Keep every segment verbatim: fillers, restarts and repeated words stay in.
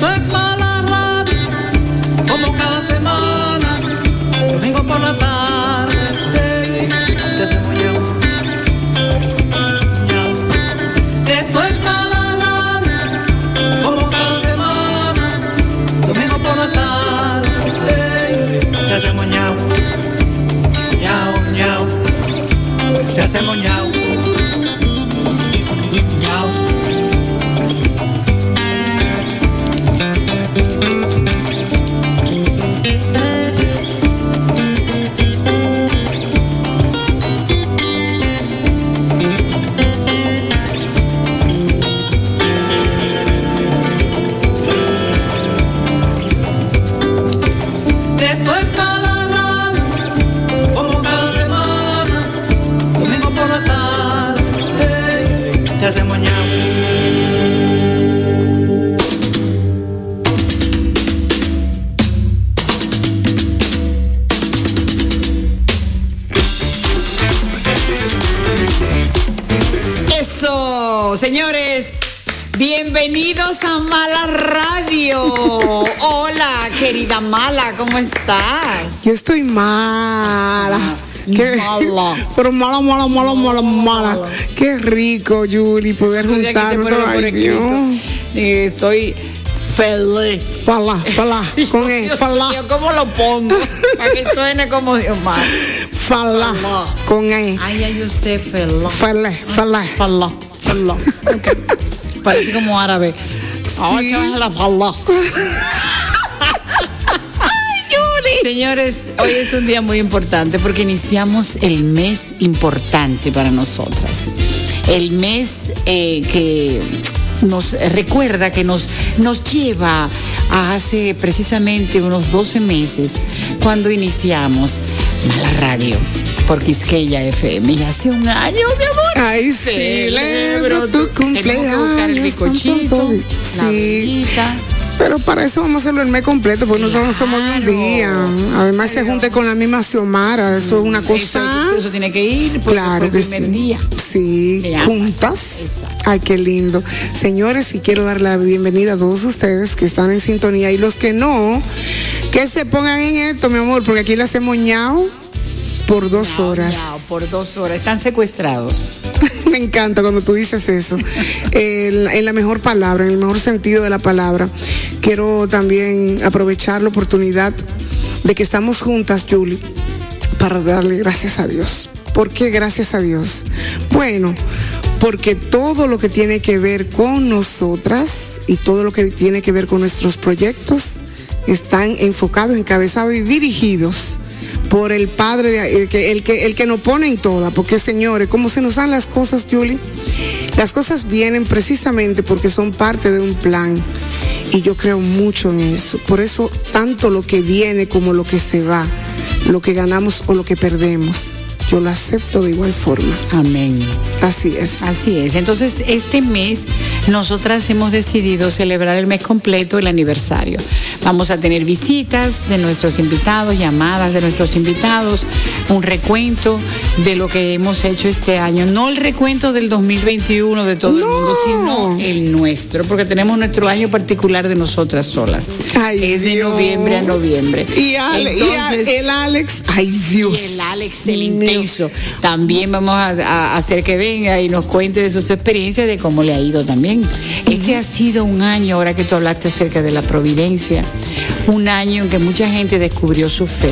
Esto es Mala Radio, como cada semana, domingo por la tarde, hey, te hacemos ñau, ñau. Esto es Mala Radio, como cada semana, domingo por la tarde, hey, te hacemos ñau, ñau, ñau, te hacemos ñau. Señores, bienvenidos a Mala Radio. Hola, querida Mala, ¿cómo estás? Yo estoy mala. Qué, mala. Pero mala, mala, mala, mala, mala. Qué rico, Yuli, poder juntarnos. Ay, Dios. Eh, estoy feliz. Fala, fala, con él, fala. Yo, ¿cómo lo pongo? Para que suene como Dios más. Fala, con él. Ay, ya yo sé, fela. Fala, fala. Fala. Okay. Parece como árabe. Sí. La fala. Señores, hoy es un día muy importante porque iniciamos el mes importante para nosotras. El mes eh, que nos recuerda, que nos, nos lleva a hace precisamente unos doce meses cuando iniciamos Mala Radio por Quisqueya F M. Y hace un año, mi amor. Ay, celebro tu cumpleaños. Tenemos que buscar el bizcochito, sí. La velita. Pero para eso vamos a hacerlo el mes completo, porque claro, nosotros no somos de un día. Además se junte con la misma Xiomara, eso es una cosa. Eso, eso tiene que ir por, claro por el que primer sí. día. Sí, juntas. Exacto. Ay, qué lindo. Señores, y quiero dar la bienvenida a todos ustedes que están en sintonía y los que no, que se pongan en esto, mi amor, porque aquí le hacemos ñao por dos ñao, horas. ñao, por dos horas. Están secuestrados. Me encanta cuando tú dices eso. Eh, en la mejor palabra, en el mejor sentido de la palabra. Quiero también aprovechar la oportunidad de que estamos juntas, Julie, para darle gracias a Dios. ¿Por qué gracias a Dios? Bueno, porque todo lo que tiene que ver con nosotras y todo lo que tiene que ver con nuestros proyectos están enfocados, encabezados y dirigidos por el Padre, de, el, que, el, que, el que nos pone en toda, porque señores, ¿cómo se nos dan las cosas, Julie? Las cosas vienen precisamente porque son parte de un plan y yo creo mucho en eso. Por eso tanto lo que viene como lo que se va, lo que ganamos o lo que perdemos, yo lo acepto de igual forma. Amén. Así es. Así es. Entonces, este mes nosotras hemos decidido celebrar el mes completo, el aniversario. Vamos a tener visitas de nuestros invitados, llamadas de nuestros invitados, un recuento de lo que hemos hecho este año. No el recuento del dos mil veintiuno de todo no. el mundo, sino el nuestro, porque tenemos nuestro año particular de nosotras solas. Ay, es de Dios. noviembre a noviembre. Y, Ale, Entonces, y a, el Alex, ay Dios. Y el Alex, el intenso. También vamos a, a hacer que venga y nos cuente de sus experiencias, de cómo le ha ido también. Este ha sido un año, ahora que tú hablaste acerca de la providencia, un año en que mucha gente descubrió su fe,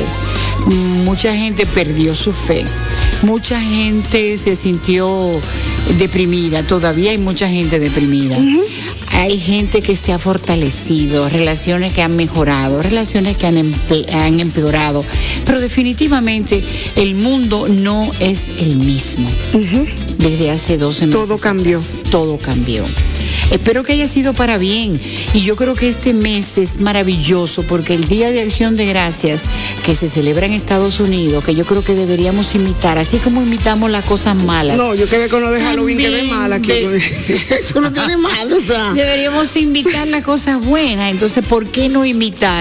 mucha gente perdió su fe, mucha gente se sintió deprimida, todavía hay mucha gente deprimida. Uh-huh. Hay gente que se ha fortalecido, relaciones que han mejorado, relaciones que han, empe- han empeorado, pero definitivamente el mundo no es el mismo. Uh-huh. Desde hace doce meses. Todo cambió. Atrás, todo cambió. Espero que haya sido para bien y yo creo que este mes es maravilloso porque el Día de Acción de Gracias que se celebra en Estados Unidos, que yo creo que deberíamos imitar, así como imitamos las cosas malas. No, yo quedé con lo de Halloween, quedé mala aquí. De... Eso no tiene malo, o sea. Deberíamos imitar las cosas buenas, entonces ¿por qué no imitar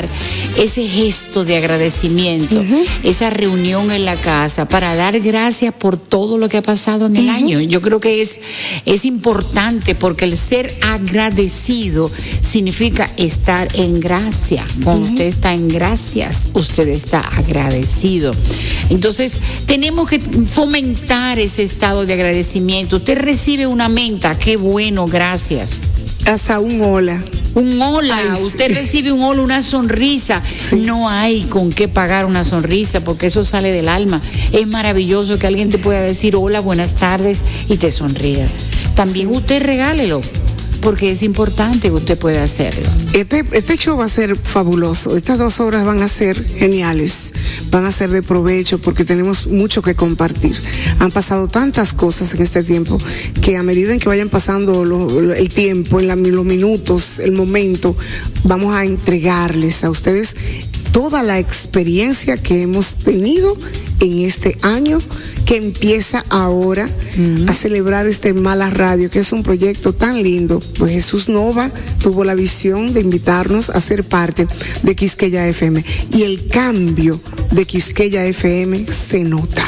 ese gesto de agradecimiento, uh-huh. esa reunión en la casa para dar gracias por todo lo que ha pasado en el uh-huh. año. Yo creo que es, es importante porque el ser agradecido significa estar en gracia. Cuando uh-huh. usted está en gracias, usted está agradecido. Entonces, tenemos que fomentar ese estado de agradecimiento. Usted recibe una menta, qué bueno, gracias. Hasta un hola. Un hola, Ay, usted sí. recibe un hola, una sonrisa. Sí. No hay con qué pagar una sonrisa porque eso sale del alma. Es maravilloso que alguien te pueda decir hola, buenas tardes y te sonría. También sí. usted regálelo, porque es importante que usted pueda hacerlo. Este, este show va a ser fabuloso. Estas dos horas van a ser geniales, van a ser de provecho porque tenemos mucho que compartir. Han pasado tantas cosas en este tiempo que a medida en que vayan pasando lo, lo, el tiempo, en la, los minutos, el momento, vamos a entregarles a ustedes toda la experiencia que hemos tenido en este año que empieza ahora uh-huh. a celebrar este Mala Radio, que es un proyecto tan lindo. Pues Jesús Nova tuvo la visión de invitarnos a ser parte de Quisqueya F M. Y el cambio de Quisqueya F M se nota.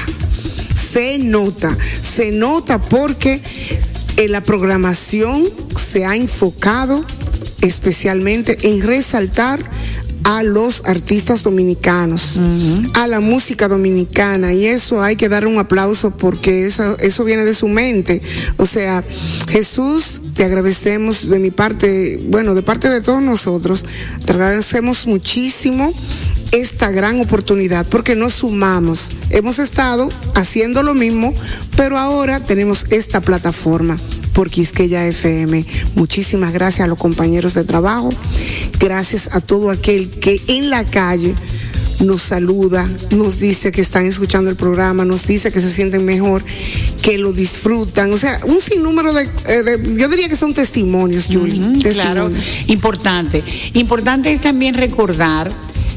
Se nota. Se nota porque en la programación se ha enfocado especialmente en resaltar a los artistas dominicanos, uh-huh. a la música dominicana, y eso hay que dar un aplauso porque eso, eso viene de su mente. O sea, Jesús, te agradecemos de mi parte, bueno, de parte de todos nosotros, te agradecemos muchísimo esta gran oportunidad porque nos sumamos. Hemos estado haciendo lo mismo, pero ahora tenemos esta plataforma por Quisqueya F M. Muchísimas gracias a los compañeros de trabajo, gracias a todo aquel que en la calle nos saluda, nos dice que están escuchando el programa, nos dice que se sienten mejor, que lo disfrutan. O sea, un sinnúmero de, de yo diría que son testimonios, Julie. Uh-huh, testimonios. Claro, importante. Importante es también recordar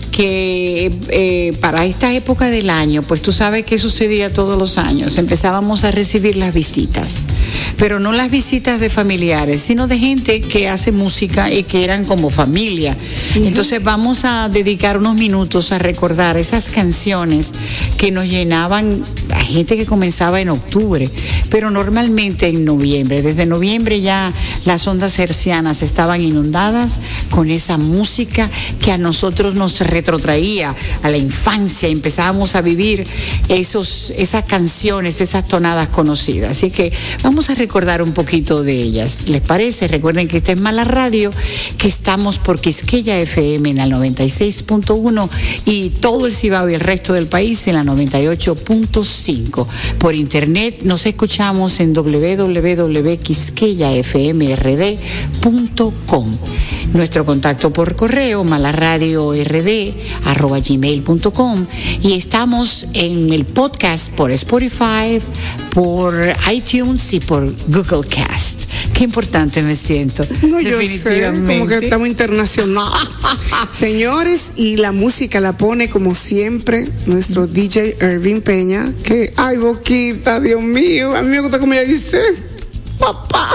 que eh, para esta época del año, pues tú sabes que sucedía todos los años, empezábamos a recibir las visitas, pero no las visitas de familiares, sino de gente que hace música y que eran como familia. Uh-huh. Entonces vamos a dedicar unos minutos a recordar esas canciones que nos llenaban, a gente que comenzaba en octubre, pero normalmente en noviembre. Desde noviembre ya las ondas hercianas estaban inundadas con esa música que a nosotros nos retrotraía a la infancia, empezábamos a vivir esos, esas canciones, esas tonadas conocidas. Así que vamos a recordar un poquito de ellas. ¿Les parece? Recuerden que esta es Mala Radio, que estamos por Quisqueya F M en la noventa y seis punto uno y todo el Cibao y el resto del país en la noventa y ocho punto cinco. Por internet nos escuchamos en doble u doble u doble u punto quisqueya f m r d punto com. Nuestro contacto por correo malaradiord arroba gmail punto com, y estamos en el podcast por Spotify, por iTunes y por Google Cast. Qué importante me siento. No, yo sé, como que estamos internacional. Señores, y la música la pone como siempre nuestro D J Ervin Peña, que, ay, Boquita, Dios mío, a mí me gusta como ella dice, papá.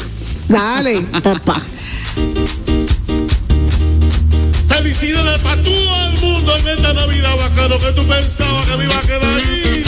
Dale, papá. Felicidades para todo el mundo en esta Navidad bacano que tú pensabas que me iba a quedar ahí.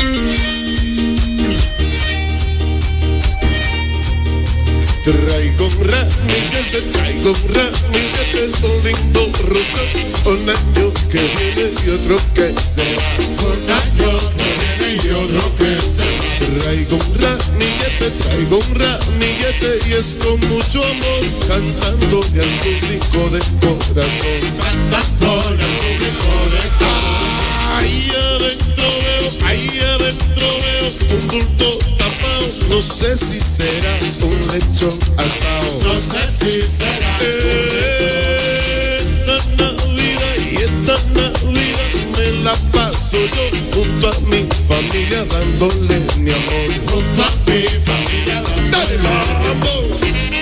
Traigo un ramillete, traigo un ramillete, un lindo rosa, un año que viene y otro que se va. Un año que viene y otro que se va. Traigo un ramillete, traigo un ramillete y es con mucho amor, cantándole al público de corazón. Cantándole al público de corazón. Ahí adentro veo, ahí adentro veo un bulto tapado, no sé si será un lechón asado. No sé si será eh, esta Navidad y esta Navidad me la paso yo junto a mi familia dándole mi amor. Junto a mi familia dándole mi amor.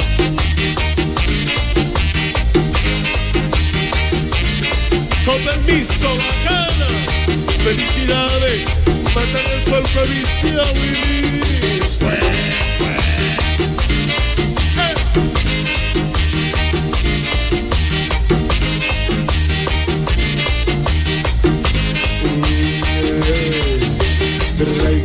Con permiso, bacana, felicidades, matan el cuerpo de vicio a vivir. Pues, pues. Eh.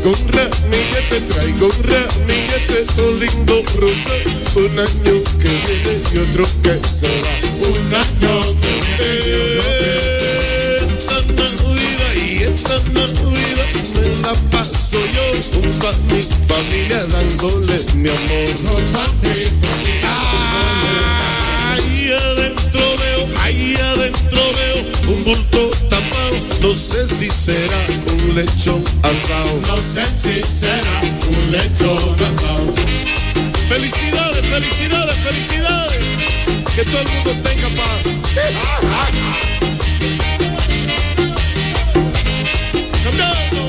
traigo un ramillete, traigo un ramillete, todo lindo rosa. Un año que viene y otro que se va. Un año que viene y otro que se va. Esta Navidad y esta Navidad me la paso yo junto a mi familia dándole mi amor. Junto a mi familia. Ahí adentro veo, ahí adentro veo un bulto tapado. No sé si será un lechón asado. No sé si será un lechón asado. Felicidades, felicidades, felicidades. Que todo el mundo tenga paz. Cambiando.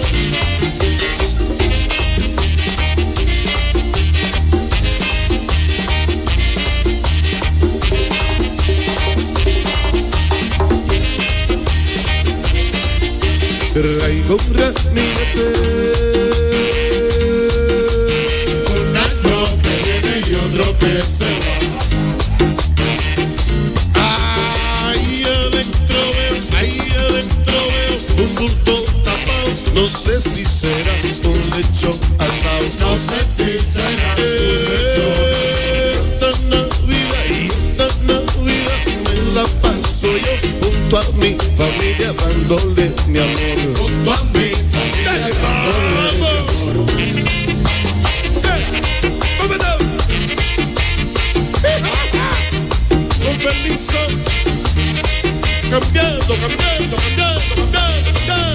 Traigo un ramillete. Un año que viene y otro que se va. Ahí adentro veo, ahí adentro veo un bulto tapado. No sé si será un lechón asado. No sé si será un lechón asado. Esta Navidad y esta Navidad me la paso yo junto a mi familia dándole mi amor. Junto a mi familia dándole mi amor. Con permiso. Cambiando, cambiando, cambiando, cambiando, cambiando.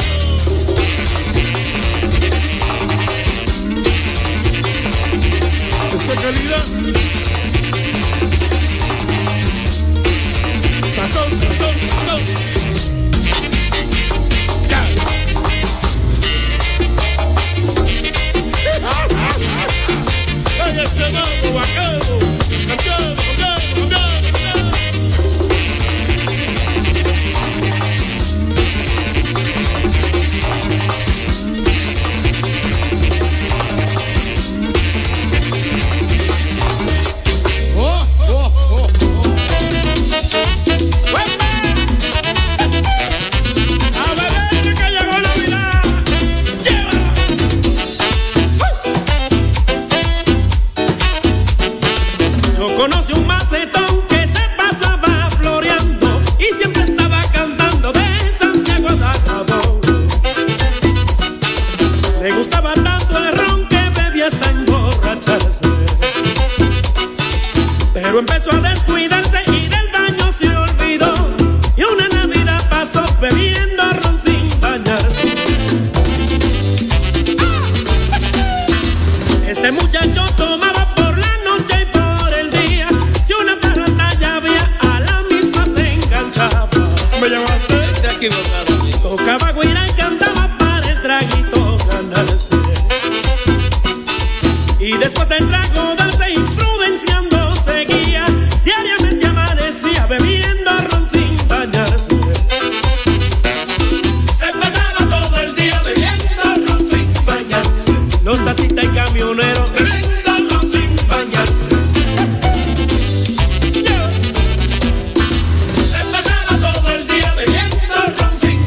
Esta calidad. Sazón, sazón, sazón. Ya. Ay, ese mambo bacano. Cambiando, cambiando, cambiando, cambiando. Oh, oh, oh, oh. A ver, que llegó Navidad. Llévala. Yo conocí un macetón que se pasaba floreando y siempre estaba cantando de Santiago a Cabo. Le gustaba tanto el ron que bebía hasta emborracharse, pero empezó a descuidarse y del baño se olvidó. Y una Navidad pasó bebiendo ron sin bañarse. Este muchacho tomaba por la noche y por el día. Si una parranda ya había, a la misma se enganchaba. ¿Me llamaste? Te equivocado. Tocaba guira y cantaba para el traguito ganarse. Y después del trago darse imprudenciando seguía. Diariamente amanecía bebiendo ron sin bañarse. Se pasaba todo el día bebiendo ron sin bañarse. Los taxistas y camioneros bebiendo ron sin bañarse. Se pasaba todo el día bebiendo ron sin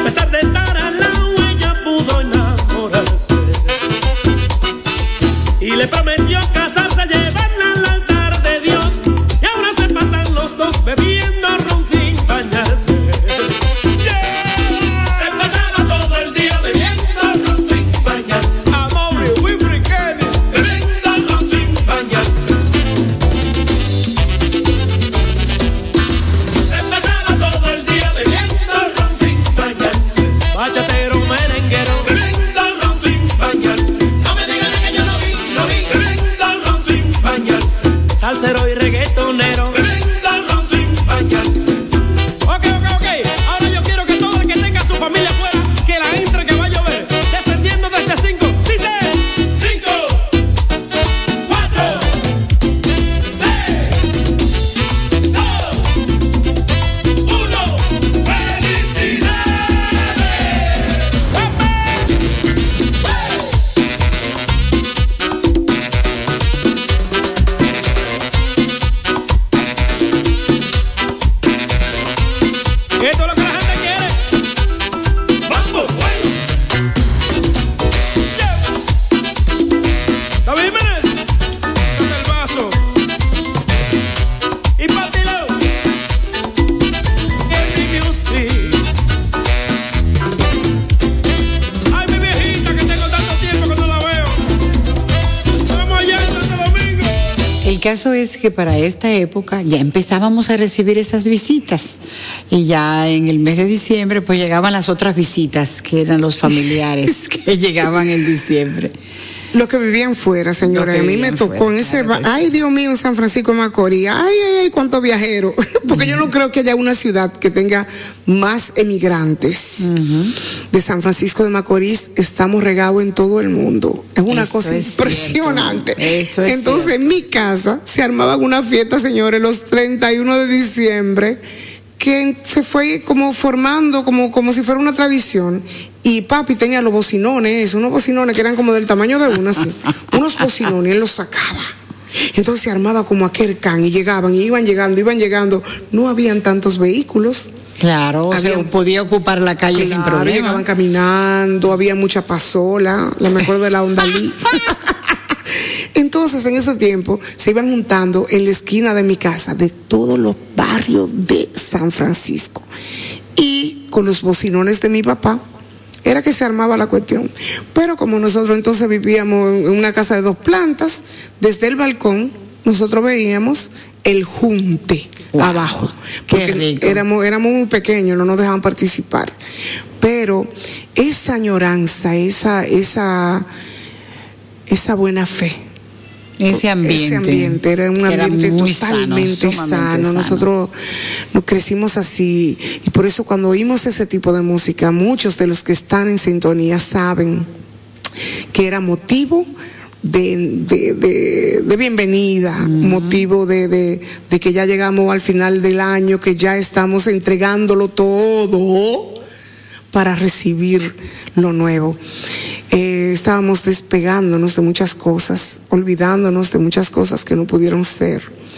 A pesar de estar al lado, ella pudo enamorarse. Y le prometió casarse, llevarla al altar de Dios. Y ahora se pasan los dos bebiendo ron sin bañarse. Salsero y reggaetonero. Brinda ron sin bañarse. Ok, ok, ok. Ahora yo quiero que todo el que tenga su familia afuera, que la entre, que va a llover. Descendiendo desde cinco. Dice: cinco, cuatro, tres, dos, uno. ¡Felicidades! Esto es lo que la gente quiere. ¡Vamos, bueno! Yeah. David Jiménez, dame el vaso. Y pátilo. Every music. Ay, mi viejita, que tengo tanto tiempo que no la veo. Vamos allá en Santo Domingo. El caso es que para esta época ya empezábamos a recibir esas visitas y ya en el mes de diciembre pues llegaban las otras visitas que eran los familiares que llegaban en diciembre. Los que vivían fuera, señora, a mí me tocó fuera, en ese... Claro ba- ay, Dios mío, en San Francisco de Macorís. Ay, ay, ay, cuántos viajeros. Porque uh-huh. yo no creo que haya una ciudad que tenga más emigrantes. Uh-huh. De San Francisco de Macorís estamos regados en todo el mundo. Es una Eso cosa es impresionante. Eso es Entonces, cierto. En mi casa se armaban una fiesta, señores, los treinta y uno de diciembre, que se fue como formando como, como si fuera una tradición. Y papi tenía los bocinones, unos bocinones que eran como del tamaño de uno, así. Unos bocinones, él los sacaba. Entonces se armaba como aquel can y llegaban, y iban llegando, iban llegando. No habían tantos vehículos. Claro, había, o sea, podía ocupar la calle claro, sin problema. Llegaban caminando, había mucha pasola, la mejor de la Ondalí. Entonces, en ese tiempo, se iban juntando en la esquina de mi casa, de todos los barrios de San Francisco. Y con los bocinones de mi papá, era que se armaba la cuestión. Pero como nosotros entonces vivíamos en una casa de dos plantas, desde el balcón, nosotros veíamos el junte wow, abajo. Porque rico. éramos, éramos muy pequeños, no nos dejaban participar. Pero esa añoranza, esa, esa, esa buena fe, ese ambiente, ese ambiente era un ambiente era muy totalmente sano, sano. sano. Nosotros nos crecimos así y por eso cuando oímos ese tipo de música, muchos de los que están en sintonía saben que era motivo de, de, de, de bienvenida, uh-huh. motivo de, de, de que ya llegamos al final del año, que ya estamos entregándolo todo para recibir lo nuevo. Eh, estábamos despegándonos de muchas cosas, olvidándonos de muchas cosas que no pudieron ser.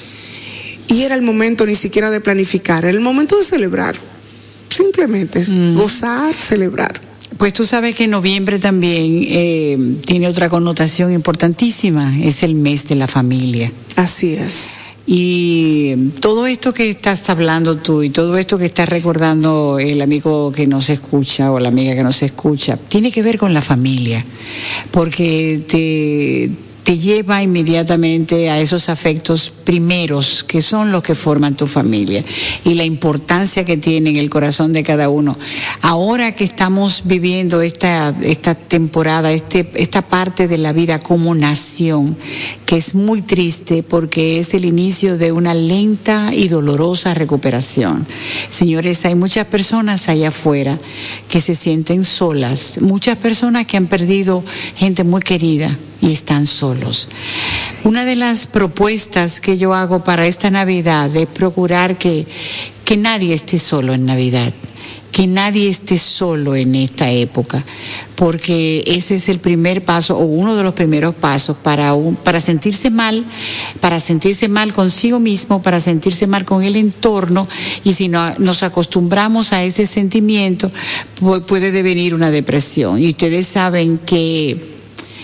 Y era el momento ni siquiera de planificar, era el momento de celebrar. Simplemente mm. gozar, celebrar. Pues tú sabes que noviembre también eh, tiene otra connotación importantísima, es el mes de la familia. Así es. Y todo esto que estás hablando tú y todo esto que estás recordando el amigo que nos escucha o la amiga que nos escucha, tiene que ver con la familia, porque te, te lleva inmediatamente a esos afectos primeros que son los que forman tu familia y la importancia que tiene en el corazón de cada uno. Ahora que estamos viviendo esta, esta temporada, este, esta parte de la vida como nación, que es muy triste porque es el inicio de una lenta y dolorosa recuperación. Señores, hay muchas personas allá afuera que se sienten solas, muchas personas que han perdido gente muy querida y están solos. Una de las propuestas que yo hago para esta Navidad es procurar que, que nadie esté solo en Navidad. que nadie esté solo en esta época, porque ese es el primer paso, o uno de los primeros pasos para un, para sentirse mal, para sentirse mal consigo mismo, para sentirse mal con el entorno, y si no, nos acostumbramos a ese sentimiento, pu- puede devenir una depresión. Y ustedes saben que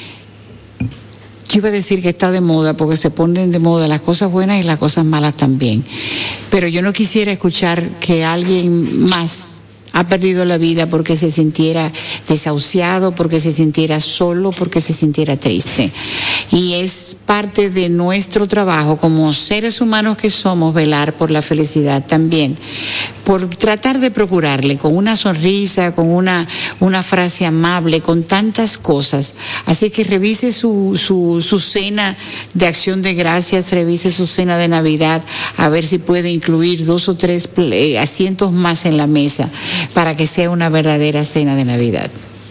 yo iba a decir que está de moda porque se ponen de moda las cosas buenas y las cosas malas también. Pero yo no quisiera escuchar que alguien más ha perdido la vida porque se sintiera desahuciado, porque se sintiera solo, porque se sintiera triste. Y es parte de nuestro trabajo como seres humanos que somos velar por la felicidad también, por tratar de procurarle con una sonrisa, con una, una frase amable, con tantas cosas. Así que revise su, su, su cena de acción de gracias, revise su cena de Navidad, a ver si puede incluir dos o tres eh, asientos más en la mesa, para que sea una verdadera cena de Navidad.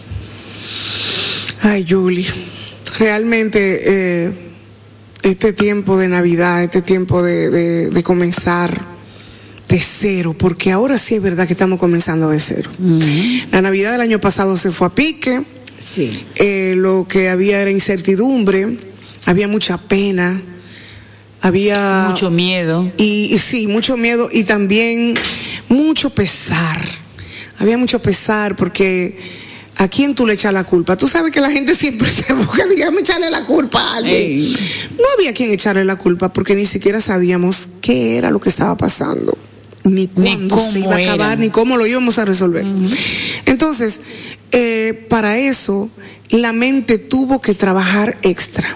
Ay, Julie, realmente eh, este tiempo de Navidad, este tiempo de, de, de comenzar de cero, porque ahora sí es verdad que estamos comenzando de cero. Uh-huh. La Navidad del año pasado se fue a pique, sí. eh, lo que había era incertidumbre, había mucha pena, había... Mucho miedo. Y, y sí, mucho miedo y también mucho pesar. Había mucho pesar porque ¿a quién tú le echas la culpa? Tú sabes que la gente siempre se busca, digamos, echarle la culpa a alguien. Hey. No había quien echarle la culpa porque ni siquiera sabíamos qué era lo que estaba pasando, ni cuándo ni se iba a acabar, era. Ni cómo lo íbamos a resolver. Uh-huh. Entonces, eh, para eso, la mente tuvo que trabajar extra.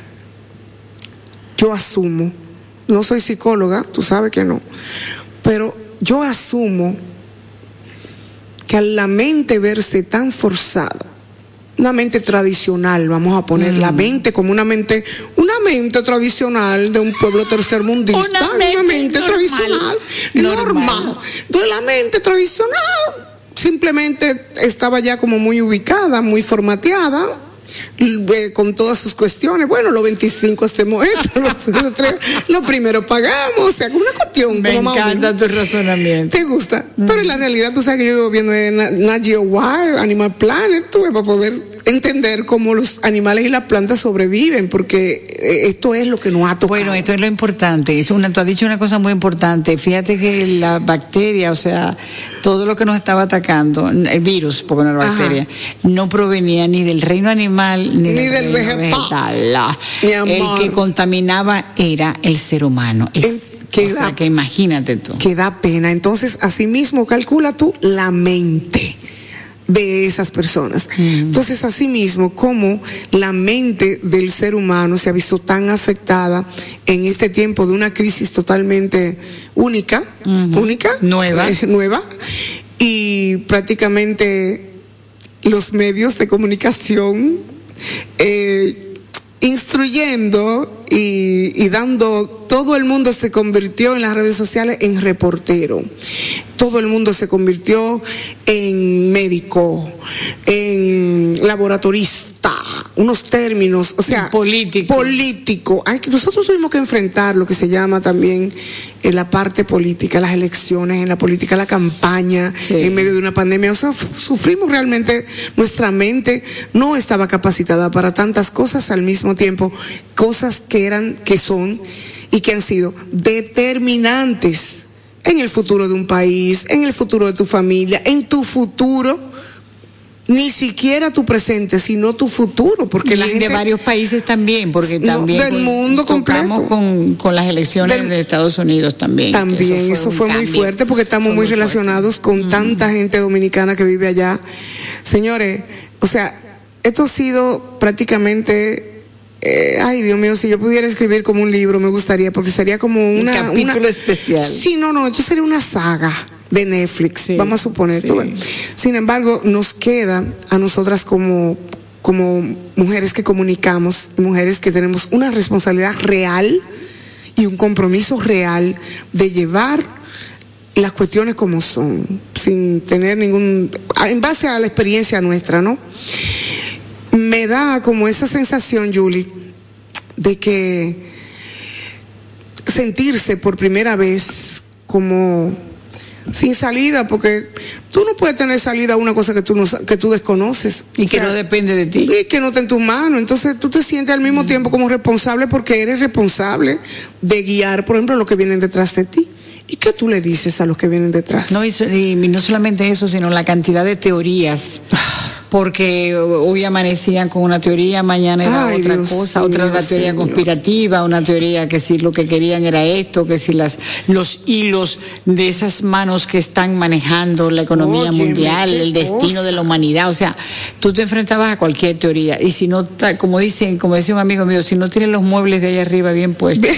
Yo asumo, no soy psicóloga, tú sabes que no, pero yo asumo que al la mente verse tan forzada, una mente tradicional, vamos a poner mm. la mente como una mente, una mente tradicional de un pueblo tercermundista, una mente, una mente normal, tradicional, normal. normal. Entonces la mente tradicional simplemente estaba ya como muy ubicada, muy formateada, eh, con todas sus cuestiones. Bueno, los veinticinco hacemos esto, los, los tres, lo primero pagamos, o sea, una cuestión. Me como encanta más, tu razonamiento. ¿Te gusta? Mm. Pero en la realidad, tú sabes que yo viendo Nat Geo Wild, Animal Planet, tuve para poder entender cómo los animales y las plantas sobreviven, porque esto es lo que nos ha tocado. Bueno, esto es lo importante. Esto una, tú has dicho una cosa muy importante. Fíjate que la bacteria, o sea, todo lo que nos estaba atacando, el virus, porque no era bacteria, Ajá. no provenía ni del reino animal ni, ni del, del reino vegetal. vegetal. El que contaminaba era el ser humano. Es, es que o da, sea, que imagínate tú. Que da pena. Entonces, así mismo, calcula tú la mente de esas personas. Mm. Entonces, asimismo, como la mente del ser humano se ha visto tan afectada en este tiempo de una crisis totalmente única, uh-huh. única, nueva, eh, nueva, y prácticamente los medios de comunicación eh, instruyendo y, y dando, todo el mundo se convirtió en las redes sociales en reportero. Todo el mundo se convirtió en médico, en laboratorista, unos términos, o sea, político. Político. Ay, nosotros tuvimos que enfrentar lo que se llama también en la parte política, las elecciones, en la política, la campaña, sí. en medio de una pandemia. O sea, sufrimos realmente, nuestra mente no estaba capacitada para tantas cosas al mismo tiempo, cosas que eran, que son y que han sido determinantes en el futuro de un país, en el futuro de tu familia, en tu futuro, ni siquiera tu presente, sino tu futuro, porque y la gente de varios países también, porque no, también del con, mundo tocamos completo. con, con las elecciones del, de Estados Unidos también. También, eso fue, eso fue muy fuerte, porque estamos muy, muy relacionados con mm. tanta gente dominicana que vive allá. Señores, o sea, esto ha sido prácticamente... Eh, ay, Dios mío, si yo pudiera escribir como un libro, me gustaría, porque sería como una... Un capítulo una, especial. Sí, no, no, esto sería una saga de Netflix, sí, vamos a suponer. Sí. Bueno, sin embargo, nos queda a nosotras como, como mujeres que comunicamos, mujeres que tenemos una responsabilidad real y un compromiso real de llevar las cuestiones como son, sin tener ningún... en base a la experiencia nuestra, ¿no? Me da como esa sensación, Julie, de que sentirse por primera vez como sin salida, porque tú no puedes tener salida a una cosa que tú no que tú desconoces y que o sea, no depende de ti y que no está en tus manos. Entonces tú te sientes al mismo mm. tiempo como responsable, porque eres responsable de guiar, por ejemplo, a los que vienen detrás de ti. ¿Y qué tú le dices a los que vienen detrás? No, y, y no solamente eso, sino la cantidad de teorías. Porque hoy amanecían con una teoría, mañana era Ay, otra Dios cosa, Dios otra una teoría Señor. conspirativa, una teoría que si lo que querían era esto, que si las los hilos de esas manos que están manejando la economía Oye, mundial, el destino cosa. de la humanidad, o sea, tú te enfrentabas a cualquier teoría y si no, como dicen, como decía un amigo mío, si no tienes los muebles de ahí arriba bien puestos,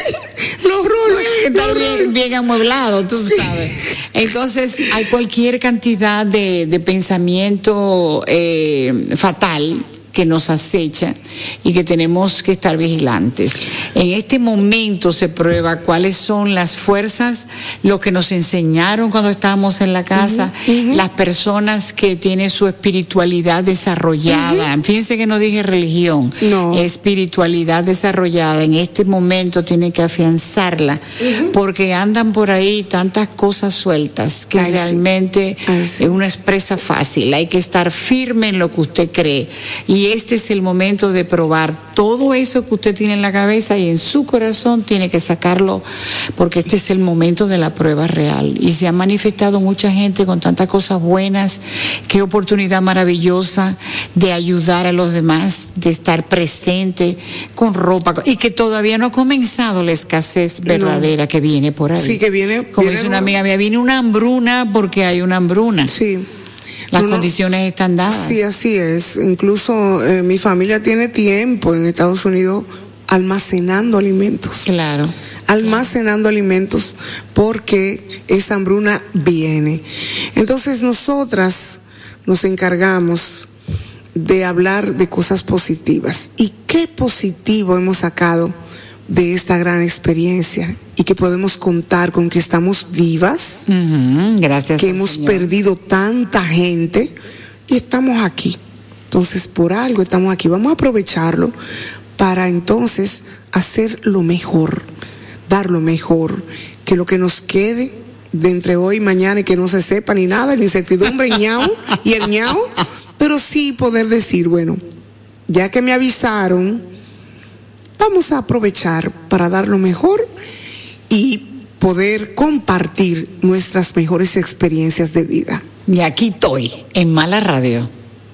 los rulos, estar bien, bien amueblado, tú sí. sabes. Entonces hay cualquier cantidad de, de pensamiento eh, fatal que nos acecha y que tenemos que estar vigilantes. En este momento se prueba cuáles son las fuerzas, lo que nos enseñaron cuando estábamos en la casa, uh-huh, uh-huh. las personas que tienen su espiritualidad desarrollada. Uh-huh. Fíjense que no dije religión, no. espiritualidad desarrollada. En este momento tienen que afianzarla, uh-huh. porque andan por ahí tantas cosas sueltas que Ay, realmente sí. Ay, sí. es una expresa fácil. Hay que estar firme en lo que usted cree. Y Y este es el momento de probar todo eso que usted tiene en la cabeza y en su corazón, tiene que sacarlo, porque este es el momento de la prueba real. Y se ha manifestado mucha gente con tantas cosas buenas, qué oportunidad maravillosa de ayudar a los demás, de estar presente con ropa, y que todavía no ha comenzado la escasez verdadera no. que viene por ahí. Sí, que viene. Como viene dice una amiga mía, viene una hambruna porque hay una hambruna. Sí. Las no, condiciones están dadas. Sí, así es. Incluso eh, mi familia tiene tiempo en Estados Unidos almacenando alimentos. Claro. Almacenando claro. alimentos porque esa hambruna viene. Entonces nosotras nos encargamos de hablar de cosas positivas. ¿Y qué positivo hemos sacado de esta gran experiencia? Y que podemos contar con que estamos vivas, uh-huh, gracias que hemos Señor. perdido tanta gente y estamos aquí. Entonces, por algo estamos aquí. Vamos a aprovecharlo para entonces hacer lo mejor, dar lo mejor, que lo que nos quede de entre hoy y mañana y que no se sepa ni nada, ni incertidumbre, ñao y el ñao, pero sí poder decir, bueno, ya que me avisaron, vamos a aprovechar para dar lo mejor y poder compartir nuestras mejores experiencias de vida. Y aquí estoy, en Mala Radio.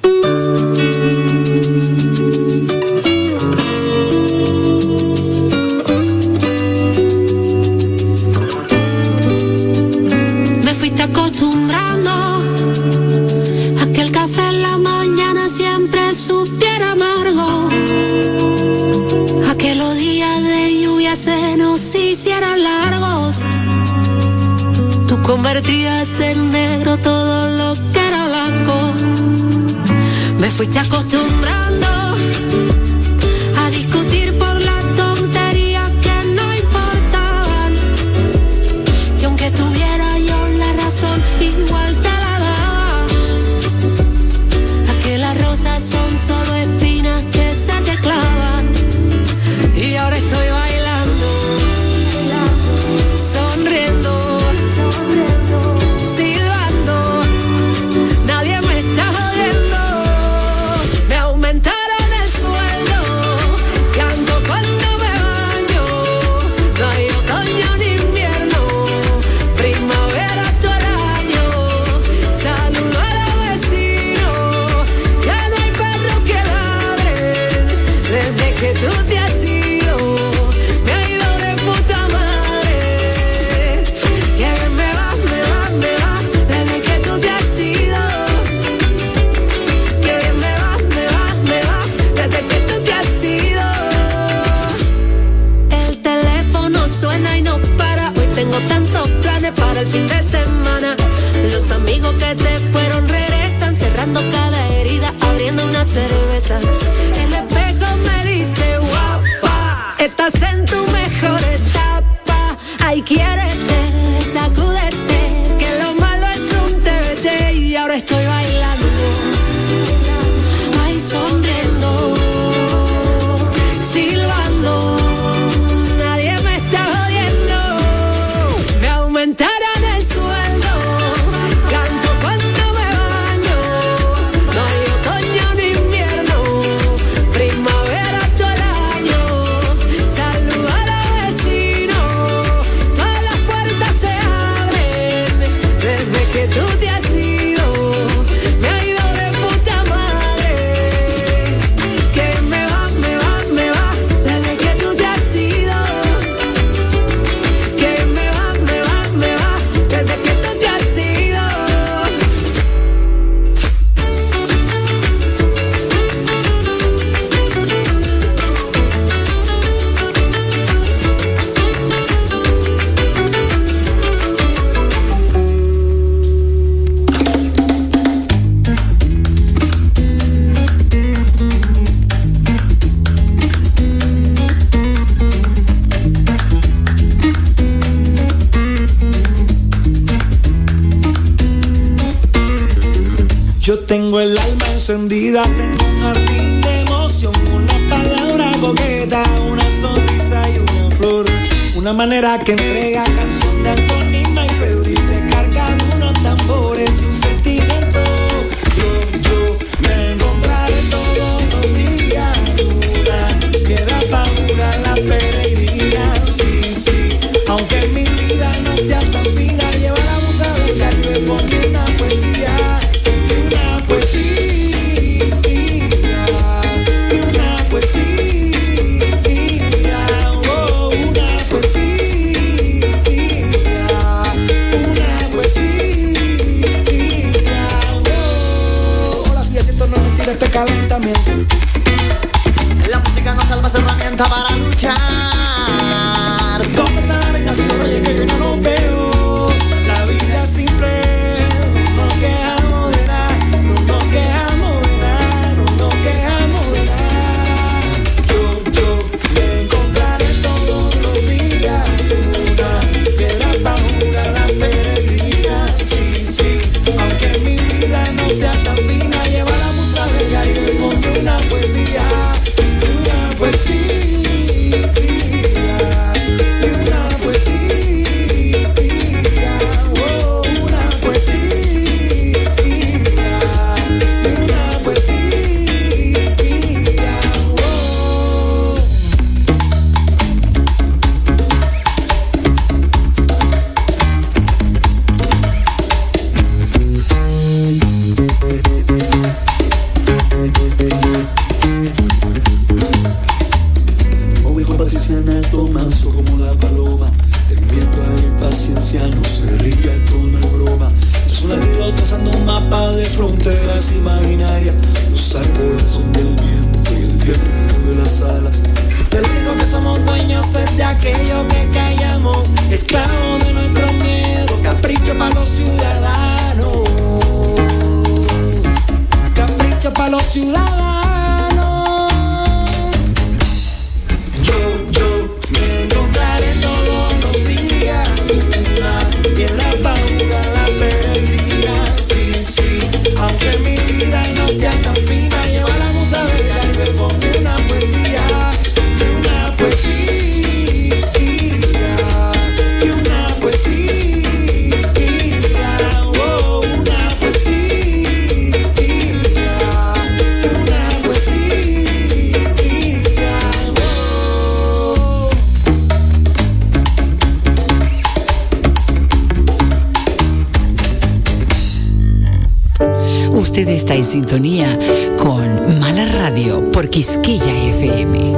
Me fuiste acostumbrando a que el café en la mañana siempre supiera amargo, a que los días de lluvia se nos hicieran largos. Tú convertías en negro todo lo que era blanco. Me fuiste acostumbrando a discutir por las tonterías que no importaban, y aunque tuviera yo la razón, igual te la daba. A que las rosas son solo espinas que se te clavan. Y ahora estoy bailando, sonriendo, silbando, nadie me está jodiendo. Me aumentaron el sueldo, canto cuando me baño. No hay otoño ni invierno, primavera todo el año. Saludo a los vecinos, ya no hay perros que ladren. Desde que tú te has ido, me ha ido de puta madre. Que bien me va, me va, me va, desde que tú te has ido. Que bien me va, me va, me va, desde que tú te has ido. El teléfono suena y no para. Hoy tengo tantos planes para el fin de semana. Los amigos que se fueron regresan, cerrando cada herida, abriendo una cerveza. El espejo me dice, guapa, estás en tu mejor etapa. Ay, quiérete, sacúdete, que lo malo es un T B T. Y ahora estoy bailando, ay, sonriendo, silbando, nadie me está jodiendo. Me aumentaron el sueldo, Yo tengo el alma encendida, tengo un jardín de emoción, una palabra coqueta, una sonrisa y una flor, una manera que entrega canción de antonima y febril, carga de unos tambores y un sentimiento. Yo, yo me encontraré todos los días, una piedra pura, la peregrina, sí, sí, aunque mi vida no sea tan fina, lleva la musa del Caribe, ponme una poesía. Este calentamiento. La música nos salva, es herramienta para luchar. ¿Dónde está la arena si no llegué que no nos veo? La vida es simple, no nos quejamos de nada, no nos quejamos de nada, no nos quejamos de nada. Yo, yo me encontraré todos los días una piedra para jugar la peregrina, sí, sí, aunque mi vida no sea tan fina, lleva la musa del Caribe, ponme una poesía, una poesía. Fronteras imaginarias, los árboles son del viento y el viento de las alas. Del único que somos dueños es de aquello que callamos, esclavos de nuestro miedo, capricho para los ciudadanos, capricho para los ciudadanos. Yo, yo me encontraré todos los días una piedra para jugar la peregrina, sí, sí. Aunque mi vida no sea tan fina, lleva la musa del Caribe, ponme una poesía, una poesía, y una poesía, oh, una poesía, una poesía, oh. Usted está en sintonía con Mala Radio por Quisqueya F M.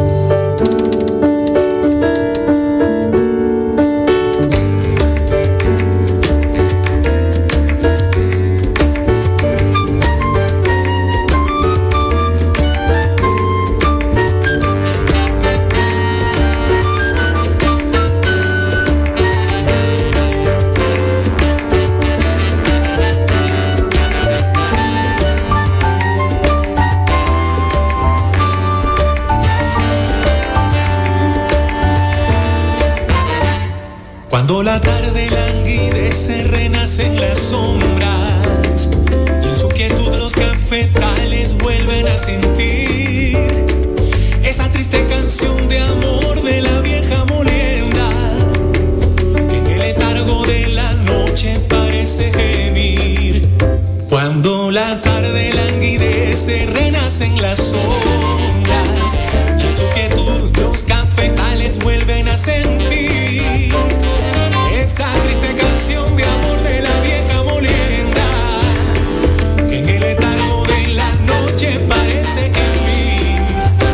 Cuando la tarde languidece, renacen las sombras y en su quietud los cafetales vuelven a sentir esa triste canción de amor de la vieja molienda que en el letargo de la noche parece gemir. Cuando la tarde languidece, renacen las sombras y en su quietud los cafetales vuelven a sentir esa triste canción de amor de la vieja molienda que en el letargo de la noche parece gemir.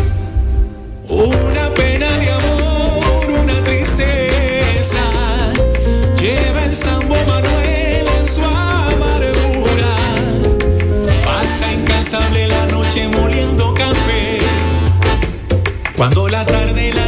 Una pena de amor, una tristeza lleva el Sambo Manuel en su amargura. Pasa incansable la noche moliendo café. Cuando la tarde la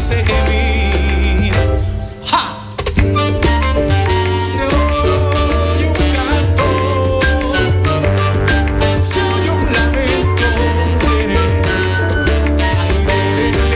hace gemir. ¡Ja! Se oye un canto, se oye un lamento. Ay, le, le,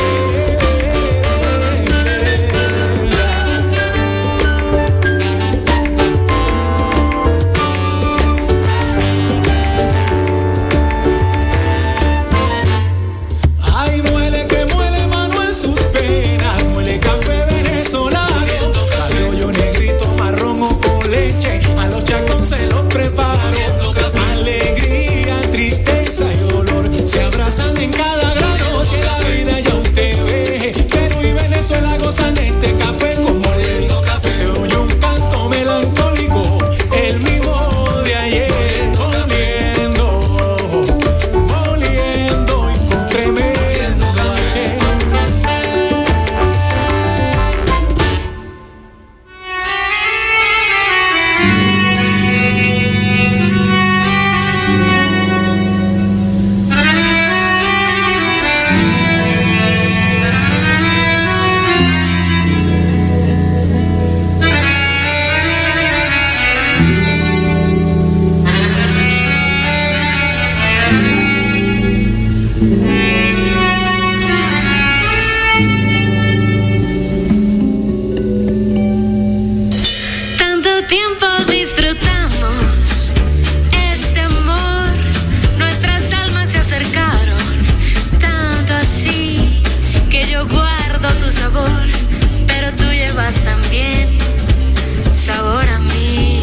ay, muele que muele mano en sus penas, muele café venezolano, criollo negrito, marrón o con leche, a los chacón se los preparo. Alegría, tristeza y dolor se abrazan en cada grano. Si en la vida ya usted ve, Perú y Venezuela gozan de este café como ley. Se oye un canto melancólico, el mismo de ayer, moliendo, moliendo y con tremendo caché. Tanto tiempo disfrutamos este amor, nuestras almas se acercaron, tanto así que yo guardo tu sabor, pero tú llevas también sabor a mí.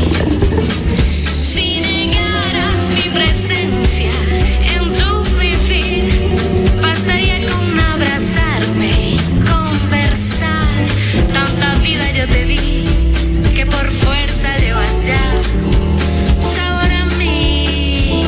Si negaras mi presencia en tu vivir, bastaría con abrazarme y conversar. Tanta vida yo te di que por fuerza llevas ya sabor a mí.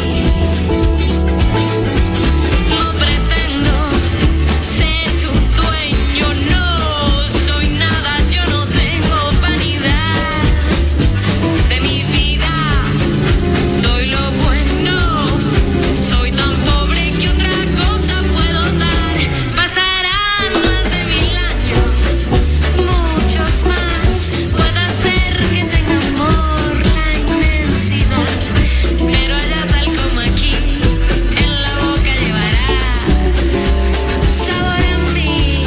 No pretendo ser tu dueño, no soy nada, yo no tengo vanidad de mi vida, doy lo bueno, soy tan pobre que otra cosa puedo dar. Pasarán más de mil años, muchos más, puede ser que tenga amor la inmensidad, pero allá tal como aquí, en la boca llevarás sabor a mí.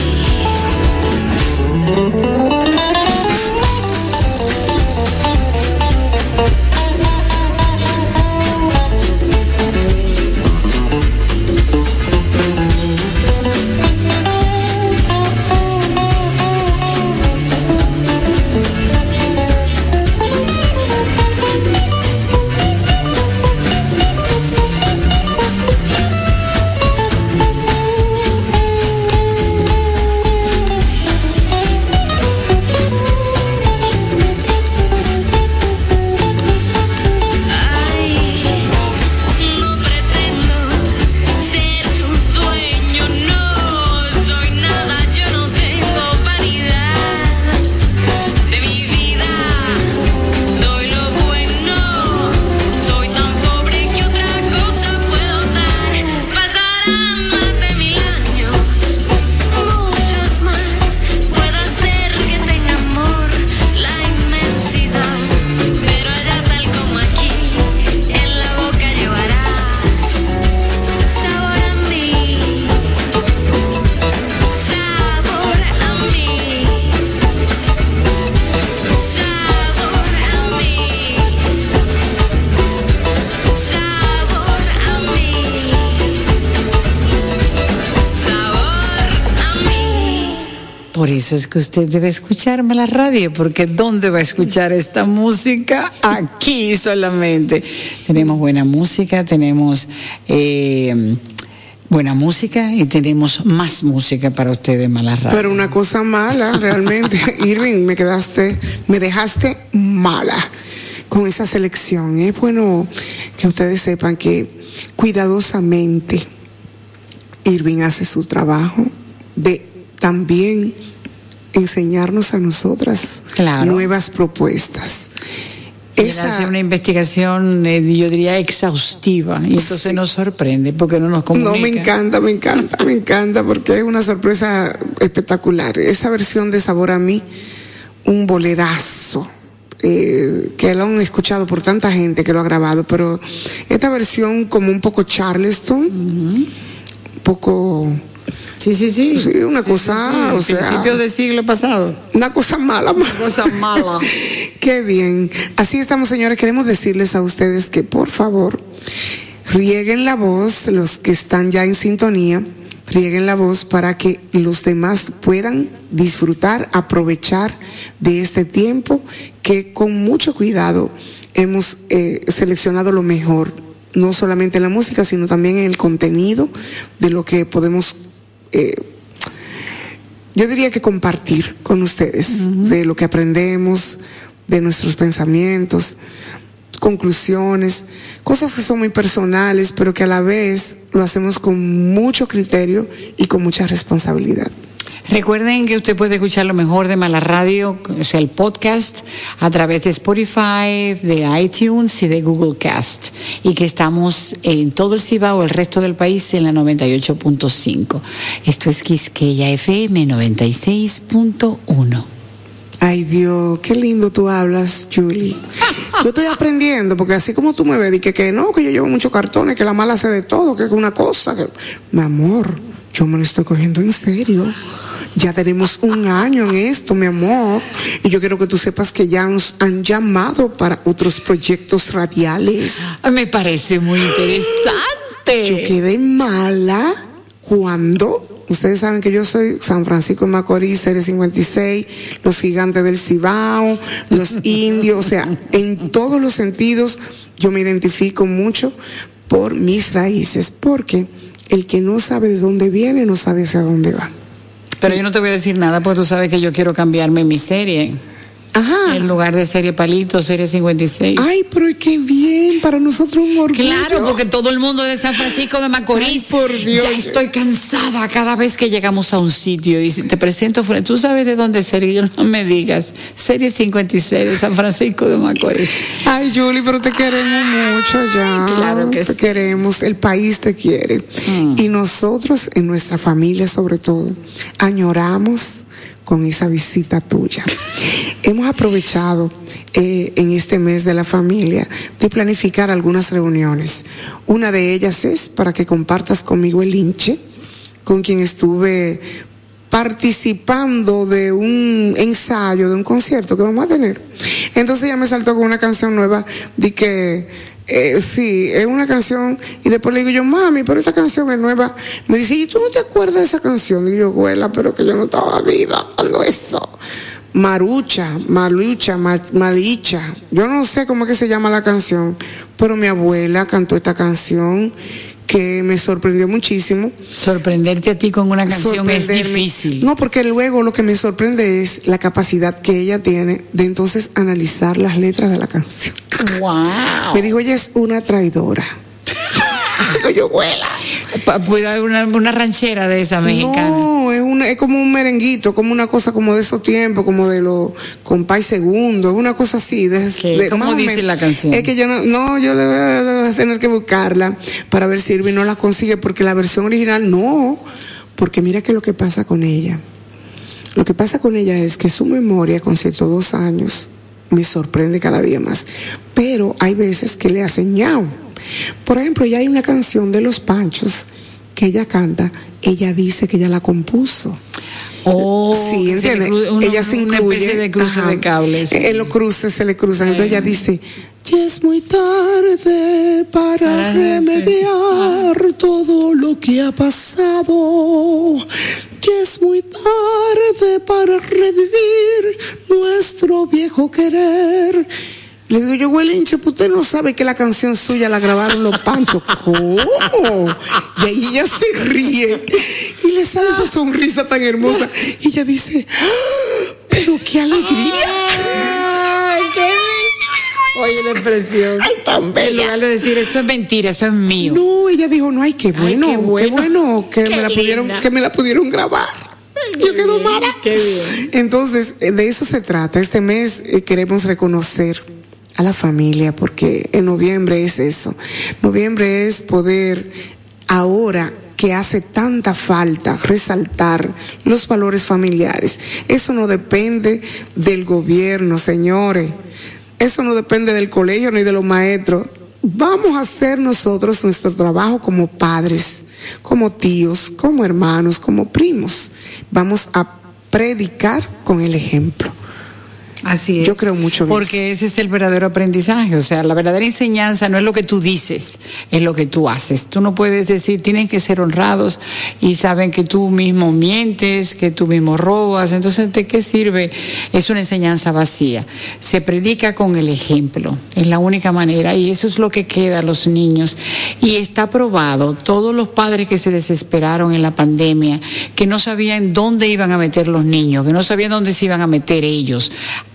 Ay, no pretendo ser tu dueño, no soy nada, yo no tengo vanidad de mi vida, doy lo bueno, soy tan pobre que otra cosa puedo dar. Pasarán más de mil años, muchos más, puede ser que tenga amor la inmensidad, pero allá tal como aquí, en la boca llevarás sabor a mí, sabor a mí, sabor a mí, sabor a mí, sabor a mí. Por eso es que usted debe escucharme la radio, porque ¿dónde va a escuchar esta música? Aquí solamente. Tenemos buena música, tenemos eh, buena música y tenemos más música para ustedes, Mala Radio. Pero una cosa mala, realmente, Irving, me quedaste, me dejaste mala con esa selección. Es bueno que ustedes sepan que cuidadosamente Irving hace su trabajo de también enseñarnos a nosotras Claro. nuevas propuestas. Él Esa- hace una investigación, eh, yo diría, exhaustiva, y entonces Sí. nos sorprende porque no nos comunica. No, me encanta, me encanta, me encanta, porque es una sorpresa espectacular. Esa versión de Sabor a Mí, un bolerazo, eh, que lo han escuchado por tanta gente que lo ha grabado, pero esta versión como un poco Charleston, un poco, Sí, sí, sí. sí, una Sí, cosa, sí, sí. o sea, Principios del siglo pasado. una cosa mala, mala. Cosa mala. Qué bien. Así estamos, señores. Queremos decirles a ustedes que, por favor, rieguen la voz, los que están ya en sintonía, rieguen la voz para que los demás puedan disfrutar, aprovechar de este tiempo que con mucho cuidado hemos eh, seleccionado lo mejor, no solamente en la música, sino también en el contenido de lo que podemos eh, yo diría que compartir con ustedes, uh-huh, de lo que aprendemos, de nuestros pensamientos, conclusiones, cosas que son muy personales, pero que a la vez lo hacemos con mucho criterio y con mucha responsabilidad. Recuerden que usted puede escuchar lo mejor de Mala Radio, o sea, el podcast, a través de Spotify, de iTunes y de Google Cast. Y que estamos en todo el Cibao, el resto del país, en la noventa y ocho punto cinco. Esto es Quisqueya F M noventa y seis punto uno. Ay, Dios, qué lindo tú hablas, Julie. Yo estoy aprendiendo, porque así como tú me ves, y que, que no, que yo llevo muchos cartones, que la mala hace de todo, que es una cosa, que... Mi amor, yo me lo estoy cogiendo en serio. Ya tenemos un año en esto, mi amor, y yo quiero que tú sepas que ya nos han llamado para otros proyectos radiales. Me parece muy interesante. Yo quedé mala cuando, ustedes saben que yo soy San Francisco de Macorís, Serie cincuenta y seis, los gigantes del Cibao, los indios, o sea, en todos los sentidos yo me identifico mucho por mis raíces, porque el que no sabe de dónde viene no sabe hacia dónde va. Pero yo no te voy a decir nada porque tú sabes que yo quiero cambiarme mi serie. Ajá. En lugar de serie Palito, serie cincuenta y seis. Ay, pero qué bien, para nosotros un orgullo. Claro, porque todo el mundo de San Francisco de Macorís. Ay, por Dios. Ya estoy cansada cada vez que llegamos a un sitio. Dice, te presento, tú sabes de dónde es serie. Yo no me digas. Serie cincuenta y seis de San Francisco de Macorís. Ay, Julie, pero te queremos mucho ya. Claro que te sí. queremos, el país te quiere. Mm. Y nosotros, en nuestra familia sobre todo, añoramos con esa visita tuya. Hemos aprovechado eh, en este mes de la familia de planificar algunas reuniones. Una de ellas es para que compartas conmigo el hinche, con quien estuve participando de un ensayo, de un concierto que vamos a tener. Entonces ella me saltó con una canción nueva de que Eh, sí, es una canción, y después le digo yo, mami, pero esta canción es nueva. Me dice, ¿y tú no te acuerdas de esa canción? Digo yo, abuela, pero que yo no estaba viva cuando eso. Marucha, Malucha, Ma, Malicha, yo no sé cómo es que se llama la canción, pero mi abuela cantó esta canción que me sorprendió muchísimo. Sorprenderte a ti con una canción es difícil. No, porque luego lo que me sorprende es la capacidad que ella tiene de entonces analizar las letras de la canción. Wow. Me dijo, ella es una traidora. Digo yo, abuela. Puede haber una, una ranchera de esa mexicana. No, es una, es como un merenguito, como una cosa como de esos tiempos, como de los compay segundo, es una cosa así. De, de, ¿Cómo dice la canción? Es que yo no, no, yo le voy a tener que buscarla para ver si Irving no la consigue, porque la versión original no, porque mira que lo que pasa con ella. Lo que pasa con ella es que su memoria con ciento dos años me sorprende cada día más, pero hay veces que le hace ñau. Por ejemplo, ya hay una canción de Los Panchos que ella canta, ella dice que ella la compuso. Oh, sí, entiende. Ella se incluye. Una especie de cruce ajá, de cables. Sí. En los cruces se le cruzan. Entonces ella dice, ya es muy tarde para, para remediar ah. todo lo que ha pasado. Ya es muy tarde para revivir nuestro viejo querer. Le digo yo, güey, hinche, pues usted no sabe que la canción suya la grabaron Los Panchos. ¿Cómo? Y ahí ella se ríe y le sale esa sonrisa tan hermosa. Y ella dice, ¡ah, pero qué alegría! Ay, qué... Oye, la expresión. Ay, tan bella. En lugar de decir, eso es mentira, eso es mío. No, ella dijo, no, ay, qué bueno, ay, qué bueno, qué bueno que, qué me la pudieron, que me la pudieron grabar. Yo quedo mala. Qué bien. Entonces, de eso se trata. Este mes eh, queremos reconocer a la familia, porque en noviembre es eso. Noviembre es poder, ahora que hace tanta falta, resaltar los valores familiares. Eso no depende del gobierno, señores. Eso no depende del colegio ni de los maestros. Vamos a hacer nosotros nuestro trabajo como padres, como tíos, como hermanos, como primos. Vamos a predicar con el ejemplo. Así es. Yo creo mucho en porque eso. ese es el verdadero aprendizaje. O sea, la verdadera enseñanza no es lo que tú dices, es lo que tú haces. Tú no puedes decir, tienen que ser honrados y saben que tú mismo mientes, que tú mismo robas. Entonces, ¿de qué sirve? Es una enseñanza vacía. Se predica con el ejemplo. Es la única manera y eso es lo que queda a los niños. Y está probado, todos los padres que se desesperaron en la pandemia, que no sabían dónde iban a meter los niños, que no sabían dónde se iban a meter ellos,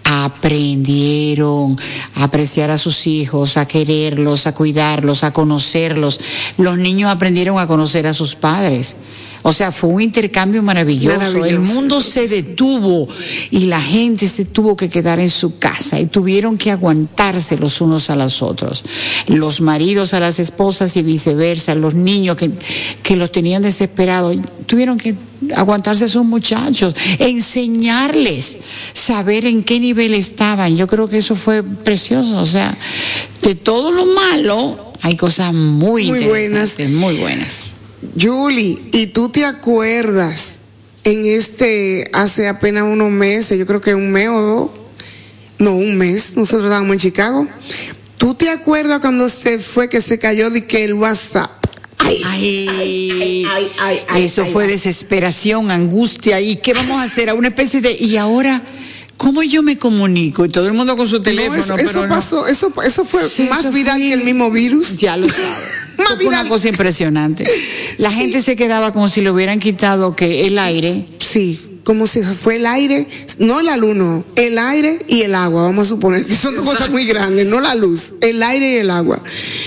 aprendieron a apreciar a sus hijos, a quererlos, a cuidarlos, a conocerlos. Los niños aprendieron a conocer a sus padres. O sea, fue un intercambio maravilloso. maravilloso. El mundo se detuvo y la gente se tuvo que quedar en su casa y tuvieron que aguantarse los unos a los otros. Los maridos a las esposas y viceversa. Los niños que, que los tenían desesperados tuvieron que aguantarse a sus muchachos, enseñarles, saber en qué nivel estaban. Yo creo que eso fue precioso. O sea, de todo lo malo hay cosas muy, muy interesantes, buenas. muy buenas. Julie, ¿y tú te acuerdas en este, hace apenas unos meses, yo creo que un mes o dos, no, un mes, nosotros estábamos en Chicago, ¿tú te acuerdas cuando se fue que se cayó de que el WhatsApp? Ay, ay, ay, ay, ay, ay eso ay, fue ay. desesperación, angustia, ¿y qué vamos a hacer? A una especie de, y ahora, ¿cómo yo me comunico? Y todo el mundo con su teléfono. No, eso, pero eso no. pasó, eso, eso fue sí, más eso viral fue, que el mismo virus. Ya lo sabes. Eso fue una cosa impresionante. La sí. gente se quedaba como si le hubieran quitado que el aire. Sí, como si fue el aire, no la luz, no, el aire y el agua, vamos a suponer que son dos cosas muy grandes, no la luz, el aire y el agua.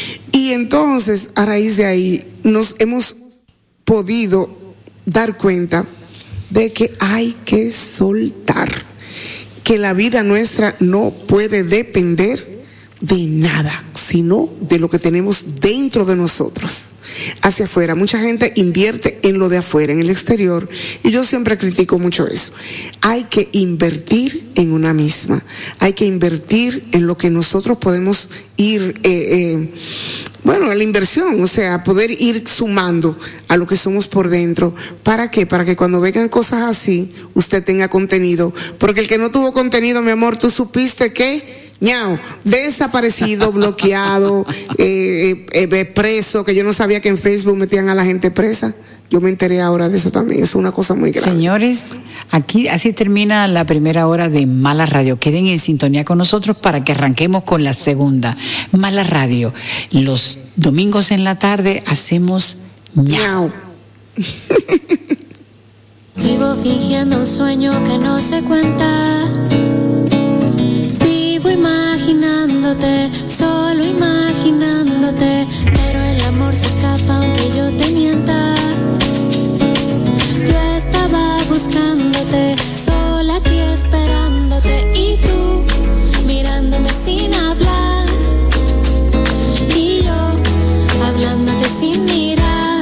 Y entonces, a raíz de ahí, nos hemos podido dar cuenta de que hay que soltar, que la vida nuestra no puede depender de nada, sino de lo que tenemos dentro de nosotros. Hacia afuera, mucha gente invierte en lo de afuera, en el exterior, y yo siempre critico mucho eso. Hay que invertir en una misma, hay que invertir en lo que nosotros podemos ir, eh, eh, bueno, en la inversión, o sea, poder ir sumando a lo que somos por dentro. ¿Para qué? Para que cuando vengan cosas así, usted tenga contenido, porque el que no tuvo contenido, mi amor, tú supiste que ñao, desaparecido, bloqueado, eh, eh, eh, preso, que yo no sabía que en Facebook metían a la gente presa. Yo me enteré ahora de eso también, es una cosa muy grave. Señores, aquí así termina la primera hora de Mala Radio. Queden en sintonía con nosotros para que arranquemos con la segunda. Mala Radio, los domingos en la tarde hacemos ñao. Vivo fingiendo un sueño que no se cuenta. Imaginándote, solo imaginándote, pero el amor se escapa aunque yo te mienta. Yo estaba buscándote, sola aquí esperándote, y tú mirándome sin hablar, y yo hablándote sin mirar,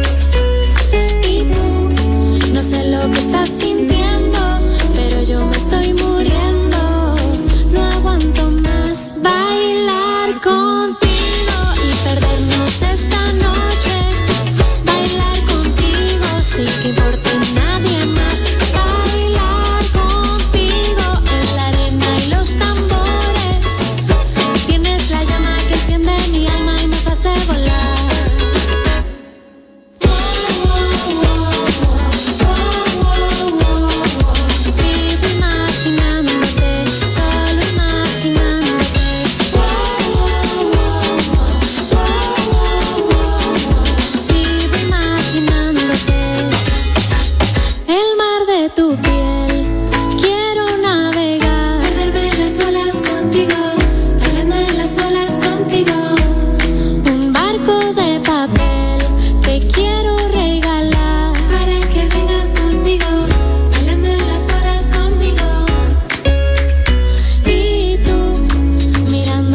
y tú no sé lo que estás sintiendo, pero yo me estoy muriendo. Bailar contigo y perdernos esta noche. Bailar contigo sin que importe nadie más. Bailar contigo en la arena y los tambores. Tienes la llama que enciende mi alma y nos hace volar. Vivo imaginándote, solo imaginándote. El mar de tu piel, quiero navegar. Perderme las olas contigo, bailando en las olas contigo. Un barco de papel, te quiero regalar. Para que vengas conmigo, bailando en las olas conmigo. Y tú, mirando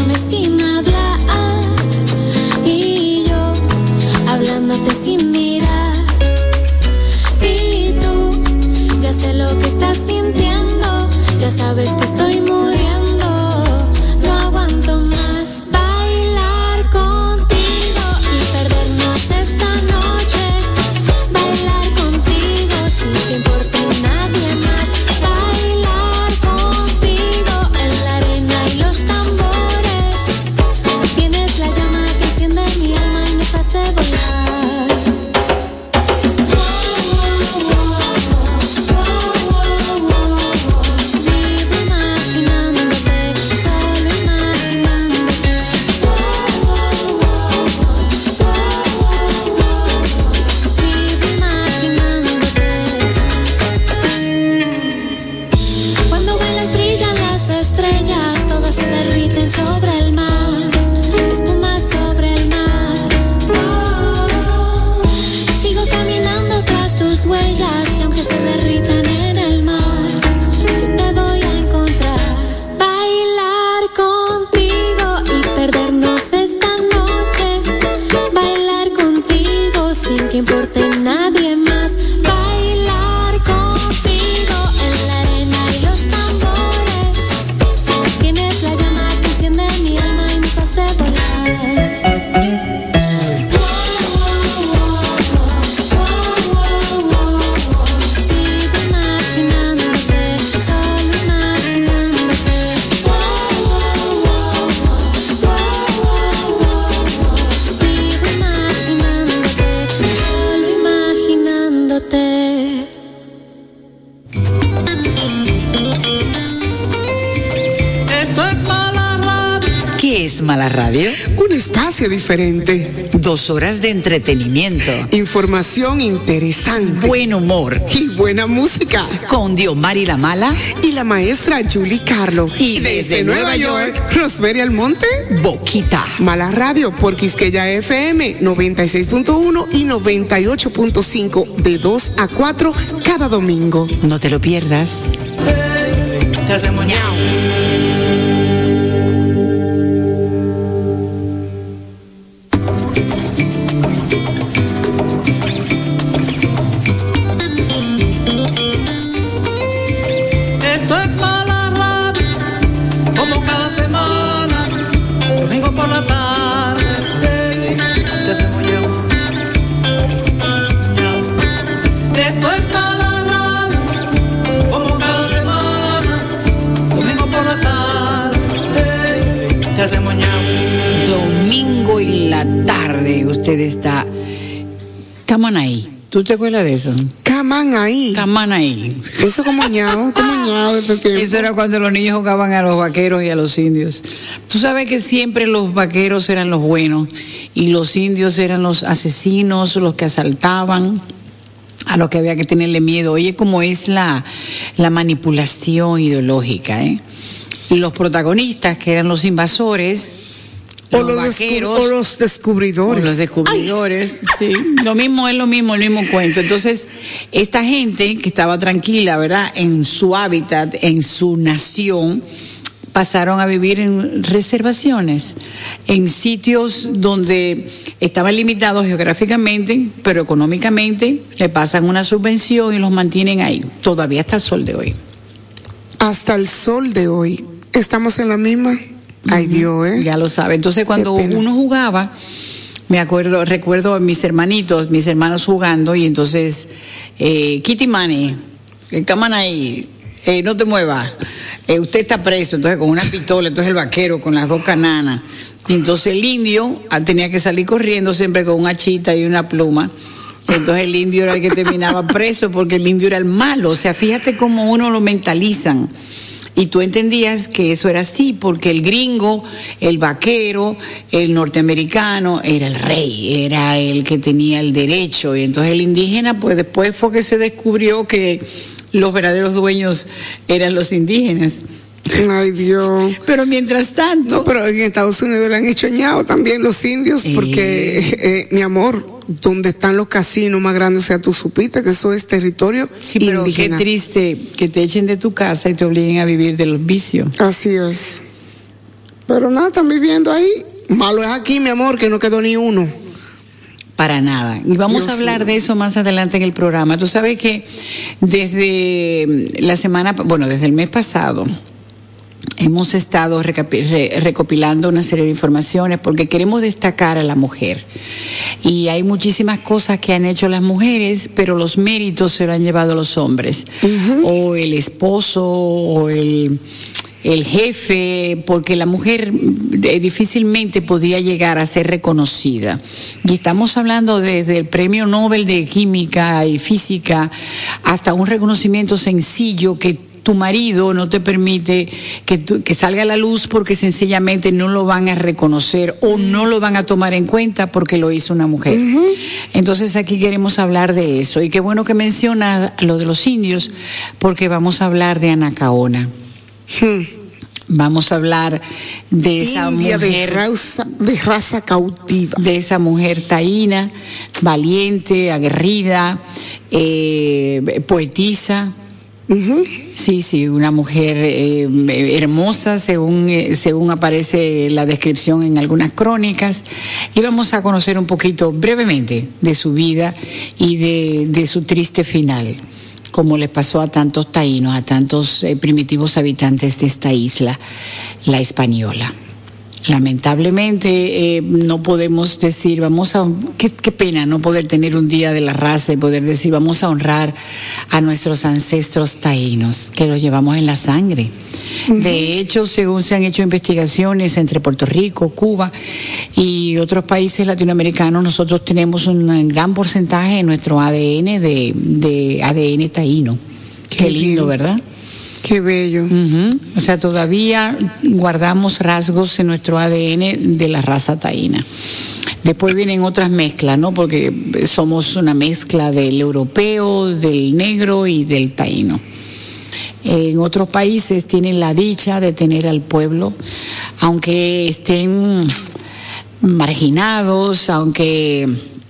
volar. Vivo imaginándote, solo imaginándote. Vivo imaginándote. Cuando vuelas brillan las estrellas, todos se derriten sobre el mar, espuma sobre el mar. Sigo caminando tras tus huellas y aunque se derritan en el mar, yo te voy a encontrar. Bailar contigo y perdernos esta noche. Bailar contigo sin que importe nadie más. Bailar contigo en la arena y los tambores. Tienes la llama que enciende mi alma y nos hace volar. Vivo imaginándote, solo imaginándote. Vivo imaginándote, solo imaginándote. Esto es Mala Radio. ¿Qué es Mala Radio? Un espacio diferente. Dos horas de entretenimiento, Información interesante. buen humor, Y buena música. con Diomari La Mala, Y la maestra Julie Carlo. Y desde Nueva York, Rosemary Almonte. Boquita. Mala Radio por Quisqueya F M noventa y seis punto uno y noventa y ocho punto cinco de dos a cuatro cada domingo. No te lo pierdas. Te hacemos ñao. Esto es Mala Radio, como cada semana, domingo por la tarde, hey, te hacemos ñao. Ñao. Esto es Mala Radio, como cada semana, domingo por la tarde, hey, te hacemos ñao. Domingo en la tarde, usted está. Camanaí. ¿Tú te acuerdas de eso? Caman ahí. Camanaí. Eso como ñao, como ñao de este tiempo. Eso era cuando los niños jugaban a los vaqueros y a los indios. Tú sabes que siempre los vaqueros eran los buenos y los indios eran los asesinos, los que asaltaban, a los que había que tenerle miedo. Oye, cómo es la, la manipulación ideológica, ¿eh? Y los protagonistas, que eran los invasores, O los los, descu- vaqueros, o los descubridores. o los descubridores, sí, lo mismo es lo mismo, el mismo cuento. Entonces, esta gente que estaba tranquila, ¿verdad?, en su hábitat, en su nación, pasaron a vivir en reservaciones, en sitios donde estaban limitados geográficamente, pero económicamente le pasan una subvención y los mantienen ahí, todavía hasta el sol de hoy. Hasta el sol de hoy. Estamos en la misma. Ay, Dios, ¿eh? Ya lo sabe. Entonces, cuando Qué pena. uno jugaba, me acuerdo, recuerdo a mis hermanitos, mis hermanos jugando, y entonces, eh, Kitty Money, eh, caman ahí, eh, no te muevas, eh, usted está preso, entonces con una pistola, entonces el vaquero con las dos cananas, y entonces el indio ah, tenía que salir corriendo siempre con una chita y una pluma. Entonces el indio era el que terminaba preso porque el indio era el malo. O sea, fíjate cómo uno lo mentalizan. Y tú entendías que eso era así, porque el gringo, el vaquero, el norteamericano era el rey, era el que tenía el derecho. Y entonces el indígena, pues después fue que se descubrió que los verdaderos dueños eran los indígenas. Ay, Dios. Pero mientras tanto... No, pero en Estados Unidos le han hecho ñao también los indios, Eh. porque, eh, mi amor, donde están los casinos más grandes, o sea, tú supiste que eso es territorio Sí, pero indígena. qué triste que te echen de tu casa y te obliguen a vivir de los vicios. Así es. Pero nada, están viviendo ahí. Malo es aquí, mi amor, que no quedó ni uno. Para nada. Y vamos Dios a hablar mío. de eso más adelante en el programa. Tú sabes que desde la semana, bueno, desde el mes pasado, hemos estado recapi- re- recopilando una serie de informaciones porque queremos destacar a la mujer. Y hay muchísimas cosas que han hecho las mujeres, pero los méritos se lo han llevado los hombres. O el esposo, o el... el jefe, porque la mujer eh, difícilmente podía llegar a ser reconocida. Y estamos hablando desde el Premio Nobel de Química y Física hasta un reconocimiento sencillo que tu marido no te permite que, tu, que salga a la luz porque sencillamente no lo van a reconocer o no lo van a tomar en cuenta porque lo hizo una mujer. Uh-huh. Entonces aquí queremos hablar de eso. Y qué bueno que mencionas lo de los indios, porque vamos a hablar de Anacaona. Hmm. Vamos a hablar de esa India mujer de raza, de raza cautiva, de esa mujer taína, valiente, aguerrida, eh, poetisa. Uh-huh. Sí, sí, una mujer eh, hermosa, según eh, según aparece la descripción en algunas crónicas, y vamos a conocer un poquito brevemente de su vida y de, de su triste final, como le pasó a tantos taínos, a tantos eh, primitivos habitantes de esta isla, la Hispaniola. Lamentablemente eh, no podemos decir, vamos a, qué, qué pena no poder tener un día de la raza y poder decir, vamos a honrar a nuestros ancestros taínos, que los llevamos en la sangre. Uh-huh. De hecho, según se han hecho investigaciones entre Puerto Rico, Cuba y otros países latinoamericanos, nosotros tenemos un gran porcentaje en nuestro A D N de, de A D N taíno. Qué, qué lindo, bien. ¿Verdad? Qué bello. Uh-huh. O sea, todavía guardamos rasgos en nuestro A D N de la raza taína. Después vienen otras mezclas, ¿no? Porque somos una mezcla del europeo, del negro y del taíno. En otros países tienen la dicha de tener al pueblo, aunque estén marginados, aunque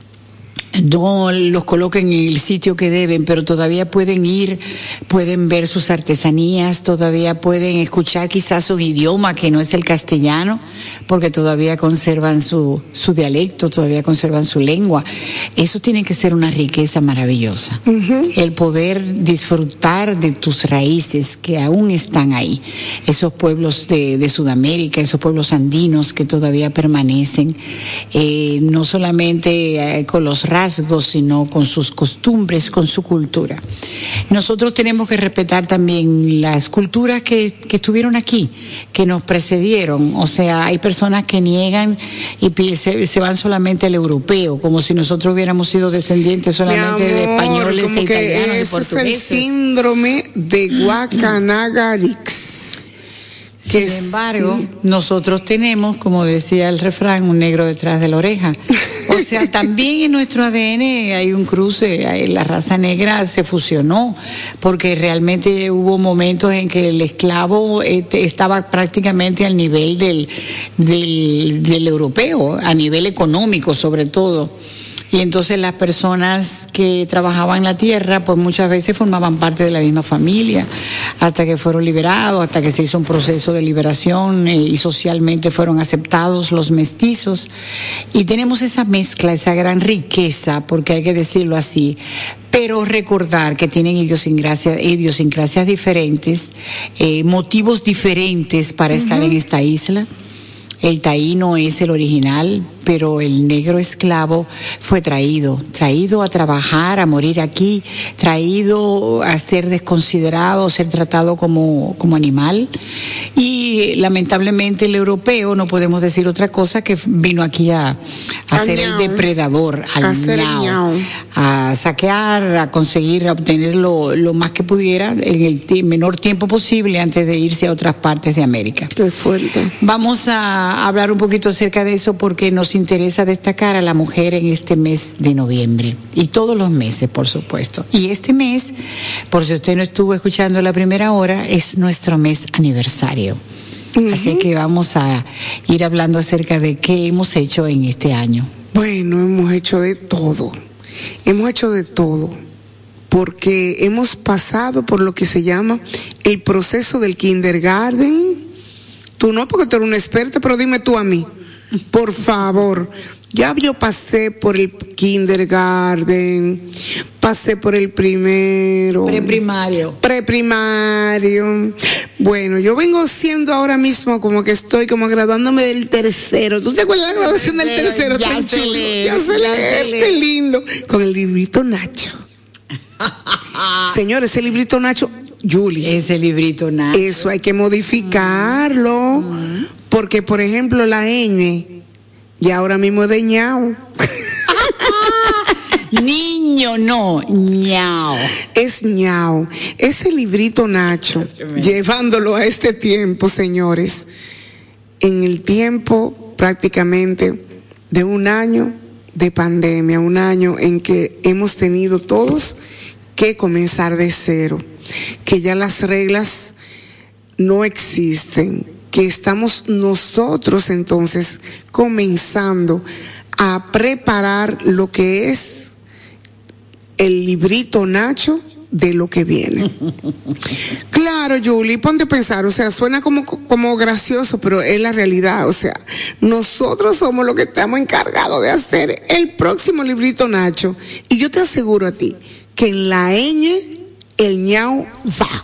no los coloquen en el sitio que deben, pero todavía pueden ir, pueden ver sus artesanías, todavía pueden escuchar quizás su idioma, que no es el castellano, porque todavía conservan su, su dialecto, todavía conservan su lengua. Eso tiene que ser una riqueza maravillosa. Uh-huh. El poder disfrutar de tus raíces que aún están ahí. Esos pueblos de, de Sudamérica, esos pueblos andinos que todavía permanecen, eh, no solamente eh, con los rasgos, sino con sus costumbres, con su cultura. Nosotros tenemos que respetar también las culturas que, que estuvieron aquí, que nos precedieron. O sea, hay personas que niegan y se, se van solamente al europeo, como si nosotros hubiéramos sido descendientes solamente amor, de españoles e italianos y portugueses. Es el síndrome de Guacanagarix. Sin embargo, sí, nosotros tenemos, como decía el refrán, un negro detrás de la oreja. O sea, también en nuestro A D N hay un cruce, la raza negra se fusionó, porque realmente hubo momentos en que el esclavo este, estaba prácticamente al nivel del, del, del europeo, a nivel económico sobre todo. Y entonces las personas que trabajaban la tierra, pues muchas veces formaban parte de la misma familia, hasta que fueron liberados, hasta que se hizo un proceso de liberación eh, y socialmente fueron aceptados los mestizos. Y tenemos esa mezcla, esa gran riqueza, porque hay que decirlo así, pero recordar que tienen idiosincrasias, idiosincrasias diferentes, eh, motivos diferentes para uh-huh. estar en esta isla. El taíno es el original, pero el negro esclavo fue traído, traído a trabajar, a morir aquí, traído a ser desconsiderado, a ser tratado como, como animal. Y lamentablemente el europeo, no podemos decir otra cosa, que vino aquí a, a ser el depredador, al ñao, a saquear, a conseguir, a obtener lo, lo más que pudiera en el t- menor tiempo posible antes de irse a otras partes de América. Qué fuerte. Vamos a hablar un poquito acerca de eso porque nos interesa destacar a la mujer en este mes de noviembre y todos los meses, por supuesto. Y este mes, por si usted no estuvo escuchando la primera hora, es nuestro mes aniversario. Uh-huh. Así que vamos a ir hablando acerca de qué hemos hecho en este año. Bueno, hemos hecho de todo. Hemos hecho de todo. Porque hemos pasado por lo que se llama el proceso del kindergarten. Tú no, porque tú eres una experta, pero dime tú a mí, por favor. Ya yo pasé por el kindergarten, pasé por el primero. Preprimario. Preprimario. Bueno, yo vengo siendo ahora mismo como que estoy como graduándome del tercero. ¿Tú te acuerdas de la graduación del tercero? Ya Tan se chulo. lee, Ya se lee, qué lindo. Con el librito Nacho. Señores, ese librito Nacho, Julie. Ese librito Nacho. Eso hay que modificarlo. Uh-huh. Porque, por ejemplo, la ñ, ya ahora mismo es de ñao. Niño, no, ñao. Es ñao. Ese librito Nacho, llevándolo a este tiempo, señores, en el tiempo prácticamente de un año de pandemia, un año en que hemos tenido todos que comenzar de cero, que ya las reglas no existen, que estamos nosotros entonces comenzando a preparar lo que es el librito Nacho de lo que viene. Claro, Julie, ponte a pensar, o sea, suena como, como gracioso, pero es la realidad, o sea, nosotros somos los que estamos encargados de hacer el próximo librito Nacho, y yo te aseguro a ti que en la ñ el ñao va.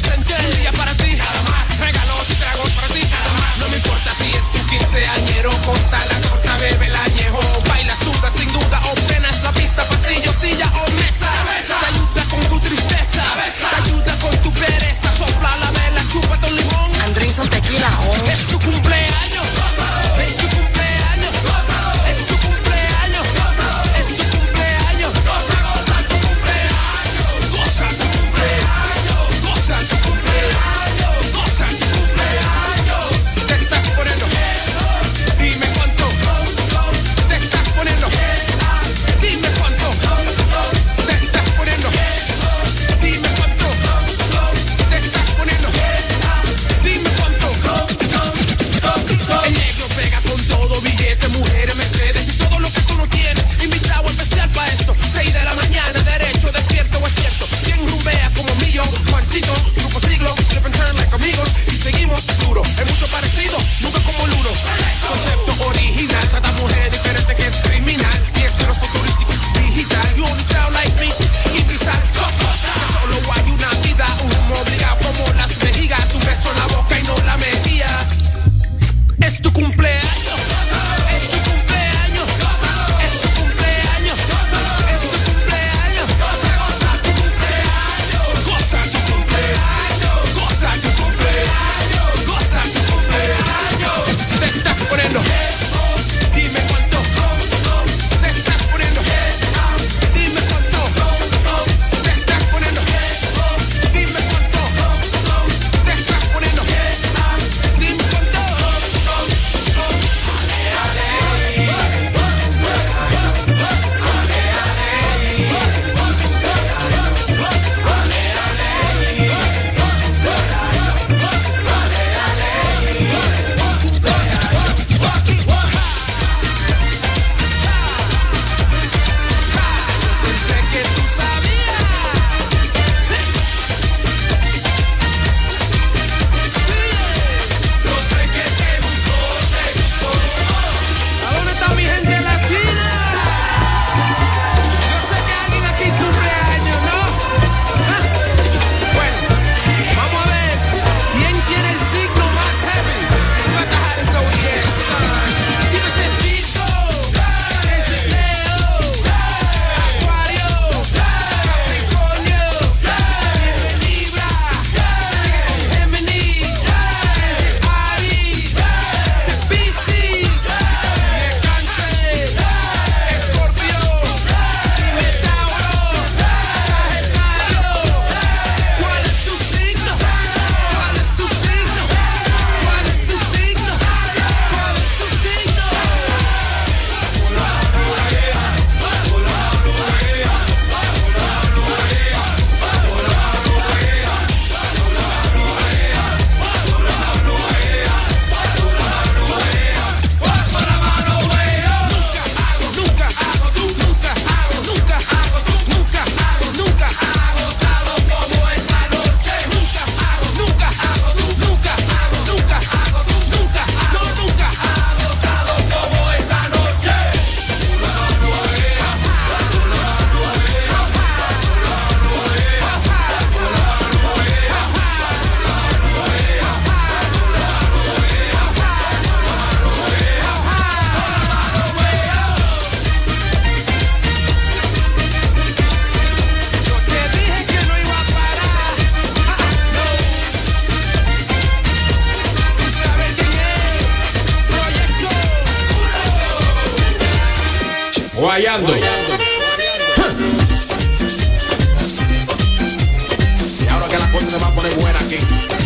Con Guayando. Y ahora que la cosa se va a poner buena aquí.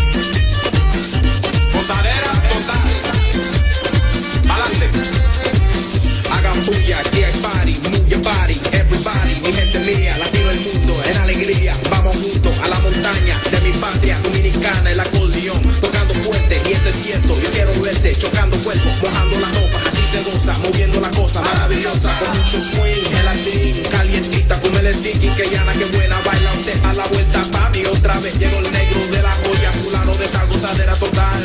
Posadera total. Adelante. Hagan bulla, aquí hay party, move your body, everybody, mi gente mía, latino el mundo, en alegría, vamos juntos a la montaña de mi patria dominicana, el acordeón, tocando fuerte, y esto es cierto, yo quiero verte, chocando cuerpos, mojando la ropa, así se goza, moviendo la cosa maravillosa, con mucho swing, gelatín, calientita, como el sticky, que llana, que buena, baila usted a la vuelta, papi, otra vez, llegó el negro de la joya, fulano de esta gozadera total.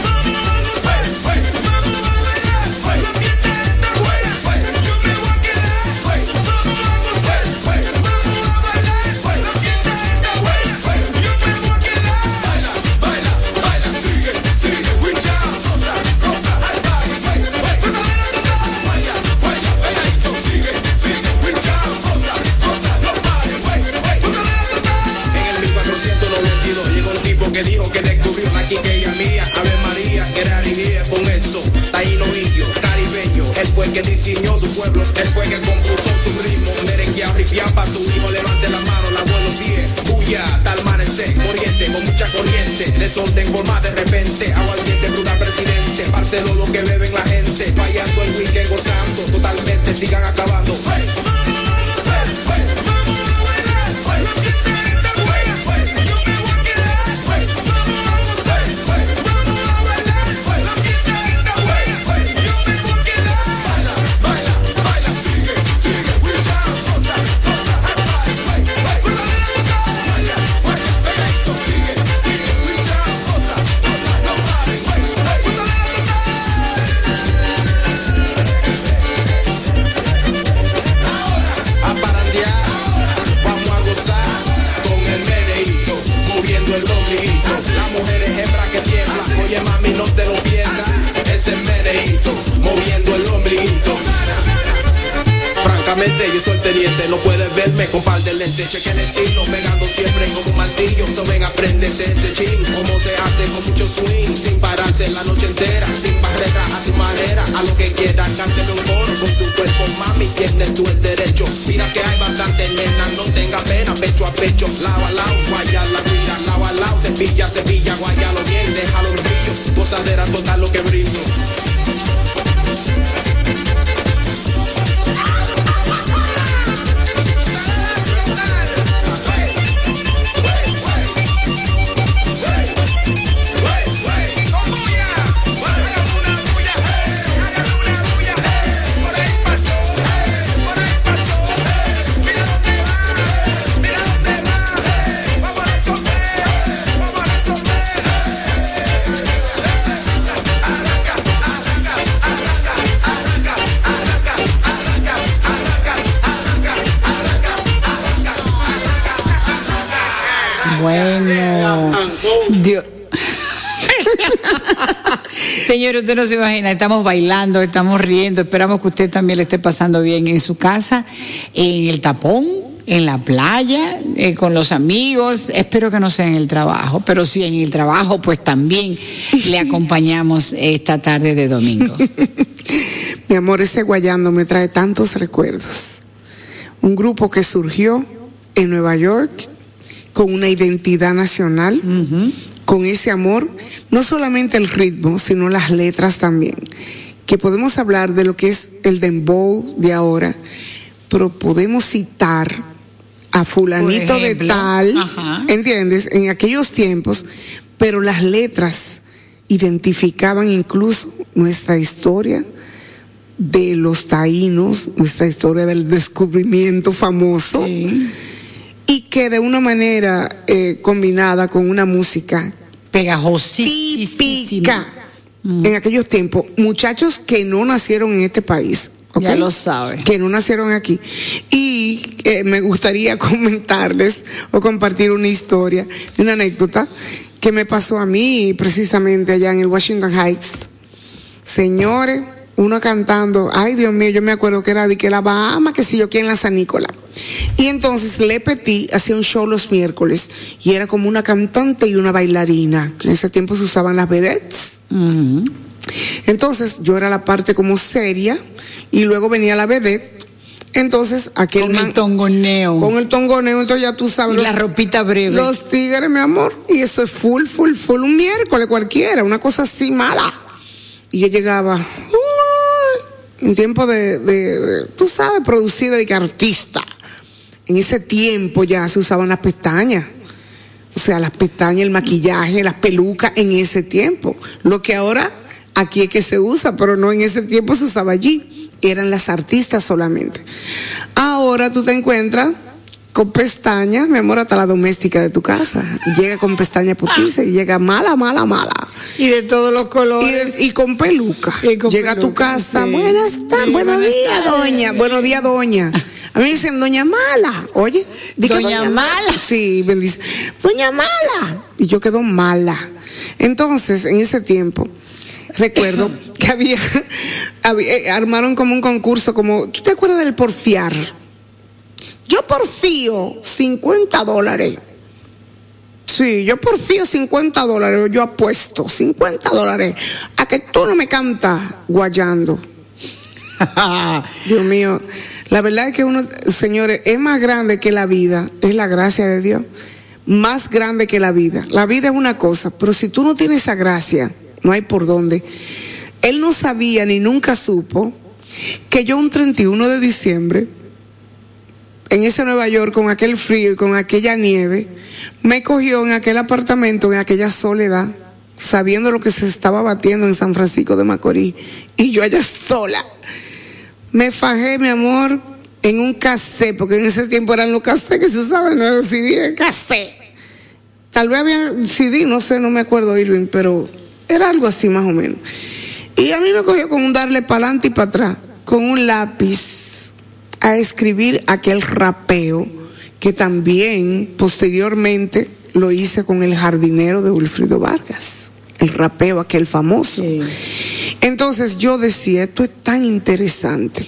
Que dijo que descubrió una quiqueya mía, Ave María, que era dirigida con eso, taíno indio, caribeño, él fue el que diseñó su pueblo, él fue el que compuso su ritmo, merengueado, ripiado pa' su hijo, levante la mano, la buenos pies, bulla, hasta el amanecer, corriente, con mucha corriente, desorden forma de repente, agua ardiente, brutal presidente, Barcelona lo que beben la gente, fallando el weekend, gozando, totalmente, sigan acabando. Hey, hey, hey. La mujer es hembra que tiembla, oye mami no te lo pierdas, ese meneíto, moviendo el ombliguito. Francamente yo soy el teniente, no puedes verme con par de lentes, chequen el estilo, pegando siempre como un martillo, so ven aprendete este chin, cómo se hace con mucho swing, sin pararse la noche entera, sin barrera, a tu manera, a lo que quieras, cánteme un coro con tu cuerpo mami, tienes tú el derecho, mira que hay bastante nena, no tenga pena, pecho a pecho, lado a lado, guaya la cuida, lado a lado, cepilla, cepilla, guayalo bien, déjalo en brillo, gozadera total lo que brillo. Bueno, Dios. Señor, usted no se imagina, estamos bailando, estamos riendo, esperamos que usted también le esté pasando bien en su casa, en el tapón, en la playa, eh, con los amigos, espero que no sea en el trabajo, pero si en el trabajo, pues también le acompañamos esta tarde de domingo. Mi amor, ese guayando me trae tantos recuerdos. Un grupo que surgió en Nueva York, con una identidad nacional, uh-huh. con ese amor, no solamente el ritmo, sino las letras también, que podemos hablar de lo que es el dembow de ahora, pero podemos citar a fulanito de tal, uh-huh. ¿entiendes? En aquellos tiempos, pero las letras identificaban incluso nuestra historia de los taínos, nuestra historia del descubrimiento famoso, sí. Y que de una manera eh, combinada con una música pegajosísima mm. en aquellos tiempos, muchachos que no nacieron en este país, ¿okay? Ya lo sabe, que no nacieron aquí. Y eh, me gustaría comentarles o compartir una historia, una anécdota que me pasó a mí precisamente allá en el Washington Heights. Señores, uno cantando, ay Dios mío, yo me acuerdo que era de que la Bahama, que si yo quién en la San Nicolás. Y entonces Le Petit hacía un show los miércoles y era como una cantante y una bailarina, que en ese tiempo se usaban las vedettes. Uh-huh. Entonces yo era la parte como seria y luego venía la vedette Entonces, aquel Con man, el tongoneo. Con el tongoneo, entonces ya tú sabes. Y los, la ropita breve. Los tigres, mi amor. Y eso es full, full, full. Un miércoles cualquiera, una cosa así mala. Y yo llegaba, uy, en tiempo de, de, de tú sabes, producido de que artista. En ese tiempo ya se usaban las pestañas. O sea, las pestañas, el maquillaje, las pelucas en ese tiempo. Lo que ahora aquí es que se usa, pero no en ese tiempo se usaba allí. Eran las artistas solamente. Ahora tú te encuentras con pestañas, mi amor, hasta la doméstica de tu casa. Llega con pestañas putizas y llega mala, mala, mala. Y de todos los colores. Y, de, y con peluca. Y con llega peluca, a tu casa. sí. Buenas tardes, Sí, buenos buenas días, tardes. doña. Buenos días, doña. A mí me dicen doña Mala. Oye, di que Doña Mala. Sí, me dice, doña Mala. Y yo quedo mala. Entonces, en ese tiempo, recuerdo que había, había eh, armaron como un concurso, como, ¿tú te acuerdas del porfiar? Yo porfío cincuenta dólares. Sí, yo porfío cincuenta dólares, yo apuesto cincuenta dólares a que tú no me cantas guayando. Dios mío, la verdad es que uno, señores, es más grande que la vida, es la gracia de Dios, más grande que la vida. La vida es una cosa, pero si tú no tienes esa gracia, no hay por dónde. Él no sabía ni nunca supo que yo un treinta y uno de diciembre, en ese Nueva York, con aquel frío y con aquella nieve, me cogió en aquel apartamento, en aquella soledad, sabiendo lo que se estaba batiendo en San Francisco de Macorís, y yo allá sola. Me fajé, mi amor, en un cassette, porque en ese tiempo eran los cassettes que se usaban, no eran C D, cassette. Tal vez había C D, no sé, no me acuerdo, Irving, pero era algo así más o menos. Y a mí me cogió con un darle para adelante y para atrás, con un lápiz, a escribir aquel rapeo que también posteriormente lo hice con el jardinero de Wilfrido Vargas, el rapeo aquel famoso. Sí. Entonces yo decía, esto es tan interesante.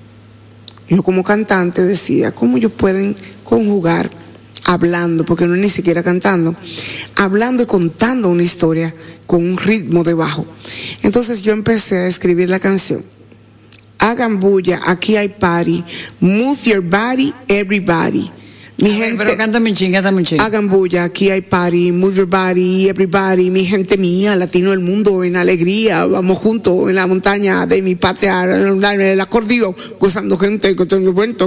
Yo como cantante decía, ¿cómo ellos pueden conjugar hablando, porque no es ni siquiera cantando, hablando y contando una historia con un ritmo de bajo? Entonces yo empecé a escribir la canción. Hagan bulla, aquí hay party. Move your body, everybody. Mi ver, gente, pero cántame un ching, cántame un ching. Hagan bulla, aquí hay party. Move your body, everybody. Mi gente mía, latino del mundo, en alegría. Vamos juntos en la montaña de mi patria, en el acordeón, gozando gente que tengo cuento.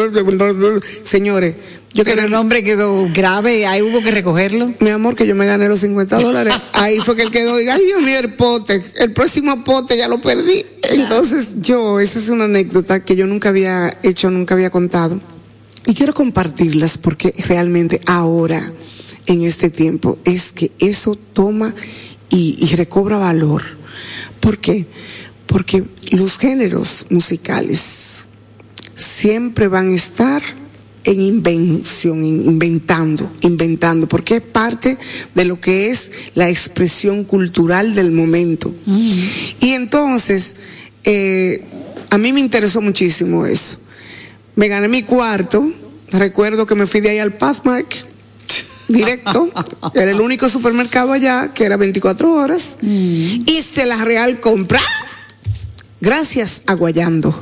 Señores, yo Pero el hombre quedó grave, ahí hubo que recogerlo. Mi amor, que yo me gané los cincuenta dólares. Ahí fue que él quedó, diga, ay Dios mío, el pote, el próximo pote ya lo perdí. Entonces yo, esa es una anécdota que yo nunca había hecho, nunca había contado. Y quiero compartirlas porque realmente ahora, en este tiempo, es que eso toma y, y recobra valor. ¿Por qué? Porque los géneros musicales siempre van a estar en invención, en inventando, inventando, porque es parte de lo que es la expresión cultural del momento. Mm. Y entonces, eh, a mí me interesó muchísimo eso. Me gané mi cuarto, recuerdo que me fui de ahí al Pathmark, directo, era el único supermercado allá, que era veinticuatro horas, mm. hice la real compra, gracias a Guayando.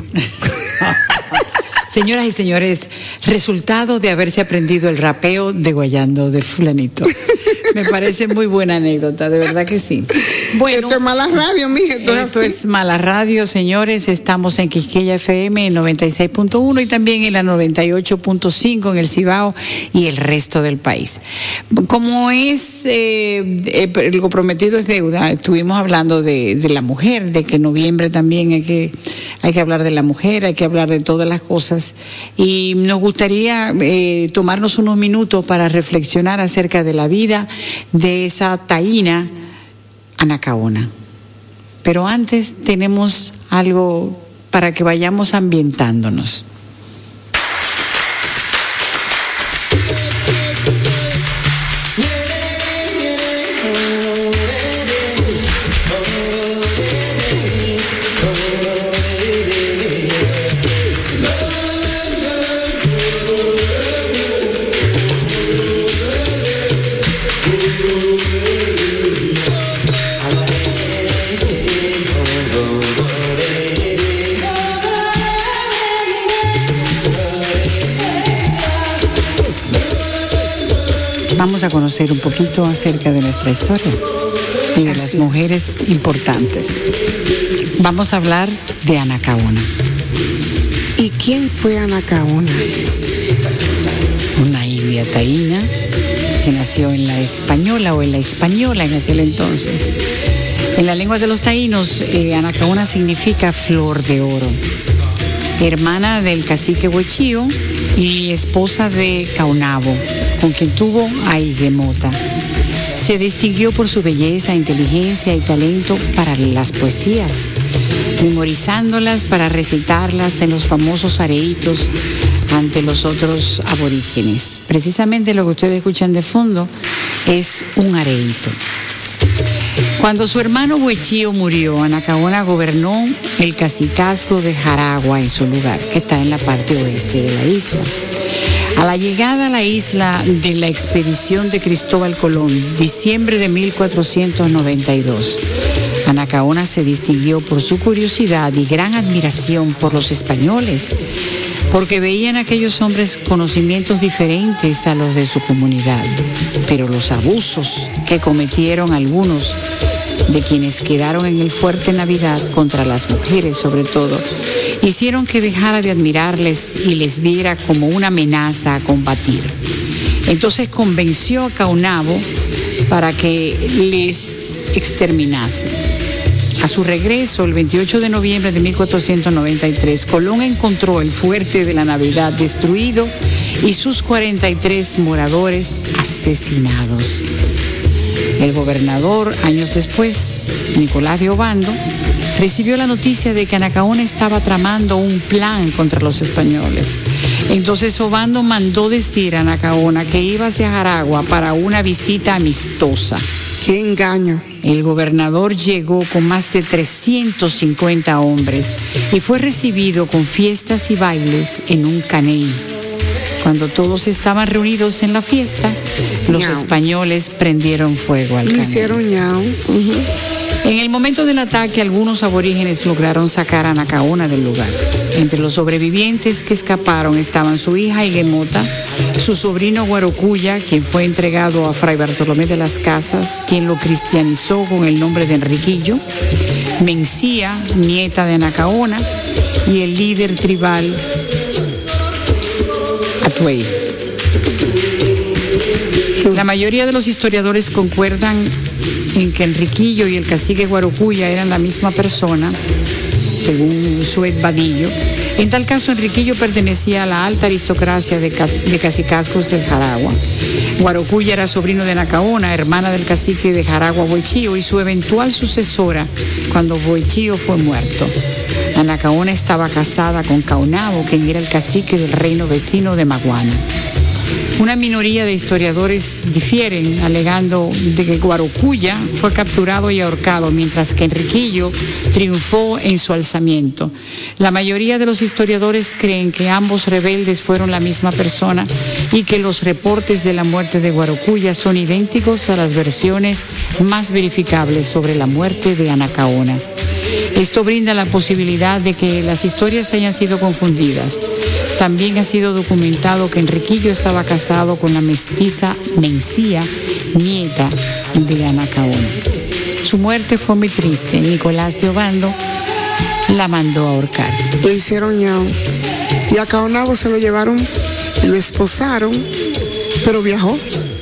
Señoras y señores, resultado de haberse aprendido el rapeo de Guayando de fulanito. Me parece muy buena anécdota, de verdad que sí. Bueno, esto es Mala Radio, mija. Esto, esto es Mala Radio, señores. Estamos en Quisqueya F M en noventa y seis punto uno y también en la noventa y ocho punto cinco en el Cibao y el resto del país. Como es, eh, eh, lo prometido es deuda, estuvimos hablando de, de la mujer, de que en noviembre también hay que, hay que hablar de la mujer, hay que hablar de todas las cosas. Y nos gustaría eh, tomarnos unos minutos para reflexionar acerca de la vida de esa taína Anacaona. Pero antes tenemos algo para que vayamos ambientándonos. Oh, a conocer un poquito acerca de nuestra historia y de las mujeres importantes. Vamos a hablar de Anacaona. ¿Y quién fue Anacaona? Una india taína que nació en la española o en la española en aquel entonces. En la lengua de los taínos, eh, Anacaona significa flor de oro. Hermana del cacique Huechío y esposa de Caonabo, con quien tuvo a Higuemota. Se distinguió por su belleza, inteligencia y talento para las poesías, memorizándolas para recitarlas en los famosos areitos ante los otros aborígenes. Precisamente lo que ustedes escuchan de fondo es un areito. Cuando su hermano Huechío murió, Anacaona gobernó el cacicazgo de Jaragua en su lugar, que está en la parte oeste de la isla. A la llegada a la isla de la expedición de Cristóbal Colón, diciembre de mil cuatrocientos noventa y dos, Anacaona se distinguió por su curiosidad y gran admiración por los españoles, porque veían a aquellos hombres conocimientos diferentes a los de su comunidad. Pero los abusos que cometieron algunos de quienes quedaron en el fuerte Navidad contra las mujeres sobre todo, hicieron que dejara de admirarles y les viera como una amenaza a combatir. Entonces convenció a Caonabo para que les exterminase. A su regreso, el veintiocho de noviembre de mil cuatrocientos noventa y tres, Colón encontró el fuerte de la Navidad destruido y sus cuarenta y tres moradores asesinados. El gobernador, años después, Nicolás de Obando, recibió la noticia de que Anacaona estaba tramando un plan contra los españoles. Entonces Obando mandó decir a Anacaona que iba hacia Jaragua para una visita amistosa. ¡Qué engaño! El gobernador llegó con más de trescientos cincuenta hombres y fue recibido con fiestas y bailes en un caney. Cuando todos estaban reunidos en la fiesta, los ñau. españoles prendieron fuego al Le caney. hicieron ñau. Uh-huh. En el momento del ataque, algunos aborígenes lograron sacar a Anacaona del lugar. Entre los sobrevivientes que escaparon estaban su hija Higuemota, su sobrino Guarocuya, quien fue entregado a Fray Bartolomé de las Casas, quien lo cristianizó con el nombre de Enriquillo, Mencía, nieta de Anacaona, y el líder tribal Atuey. La mayoría de los historiadores concuerdan en que Enriquillo y el cacique Guarocuya eran la misma persona, según Suet Vadillo. En tal caso, Enriquillo pertenecía a la alta aristocracia de, ca de cacicazgos del Jaragua. Guarocuya era sobrino de Anacaona, hermana del cacique de Jaragua Huechío, y su eventual sucesora cuando Huechío fue muerto. Anacaona estaba casada con Caonabo, quien era el cacique del reino vecino de Maguana. Una minoría de historiadores difieren, alegando de que Guarocuya fue capturado y ahorcado, mientras que Enriquillo triunfó en su alzamiento. La mayoría de los historiadores creen que ambos rebeldes fueron la misma persona y que los reportes de la muerte de Guarocuya son idénticos a las versiones más verificables sobre la muerte de Anacaona. Esto brinda la posibilidad de que las historias hayan sido confundidas. También ha sido documentado que Enriquillo estaba casado con la mestiza Mencía, nieta de Anacaona. Su muerte fue muy triste. Nicolás de Obando la mandó a ahorcar. Le hicieron ñao. Y a Caonabo se lo llevaron, lo esposaron, pero viajó.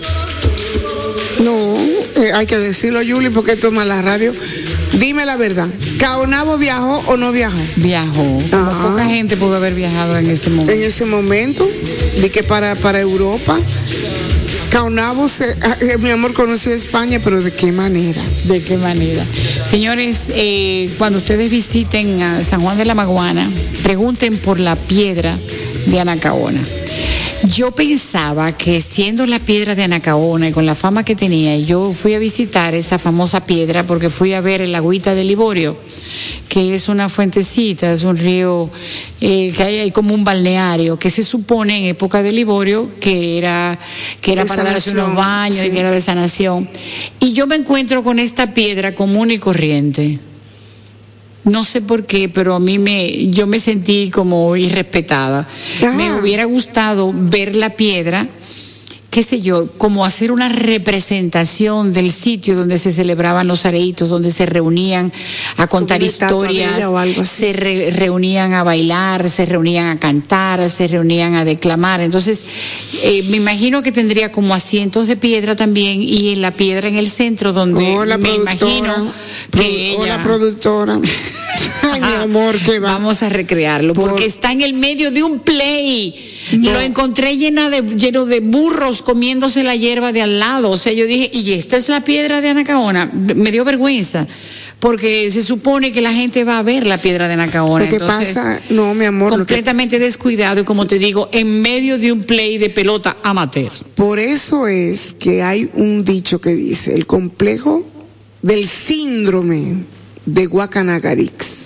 No, eh, hay que decirlo, Yuli, porque toma la radio. Dime la verdad, ¿Caonabo viajó o no viajó? Viajó. Como poca gente pudo haber viajado en ese momento. En ese momento, vi que para, para Europa, Caonabo, se, eh, mi amor, conoció España, pero ¿de qué manera? ¿De qué manera? Señores, eh, cuando ustedes visiten a San Juan de la Maguana, pregunten por la piedra de Anacaona. Yo pensaba que siendo la piedra de Anacaona y con la fama que tenía, yo fui a visitar esa famosa piedra porque fui a ver el agüita de Liborio, que es una fuentecita, es un río eh, que hay, hay como un balneario, que se supone en época de Liborio que era, que era para darse unos baños, sí, y que era de sanación. Y yo me encuentro con esta piedra común y corriente. No sé por qué, pero a mí me, yo me sentí como irrespetada. Ah. Me hubiera gustado ver la piedra qué sé yo, como hacer una representación del sitio donde se celebraban los areitos, donde se reunían a contar historias, se re, reunían a bailar, se reunían a cantar, se reunían a declamar. Entonces, eh, me imagino que tendría como asientos de piedra también, y en la piedra en el centro donde Hola, me imagino que Pro, ella... Hola, productora. Ay, mi amor, que va. Vamos a recrearlo, Por... porque está en el medio de un play. No. Lo encontré llena de, lleno de burros comiéndose la hierba de al lado. O sea, yo dije, ¿y esta es la piedra de Anacaona? Me dio vergüenza, porque se supone que la gente va a ver la piedra de Anacaona. Lo que Entonces, pasa, no, mi amor. completamente que... descuidado, y como te digo, en medio de un play de pelota amateur. Por eso es que hay un dicho que dice, el complejo del síndrome de Guacanagarix.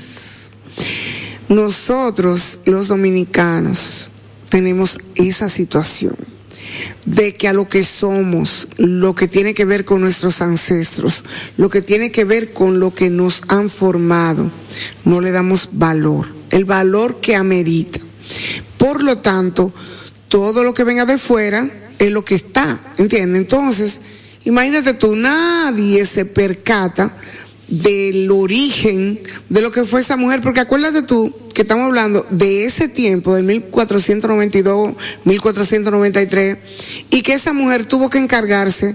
Nosotros, los dominicanos, tenemos esa situación de que a lo que somos, lo que tiene que ver con nuestros ancestros, lo que tiene que ver con lo que nos han formado, no le damos valor, el valor que amerita. Por lo tanto, todo lo que venga de fuera es lo que está, ¿entiendes? Entonces, imagínate tú, nadie se percata del origen de lo que fue esa mujer, porque acuérdate tú que estamos hablando de ese tiempo, de mil cuatrocientos noventa y dos, mil cuatrocientos noventa y tres, y que esa mujer tuvo que encargarse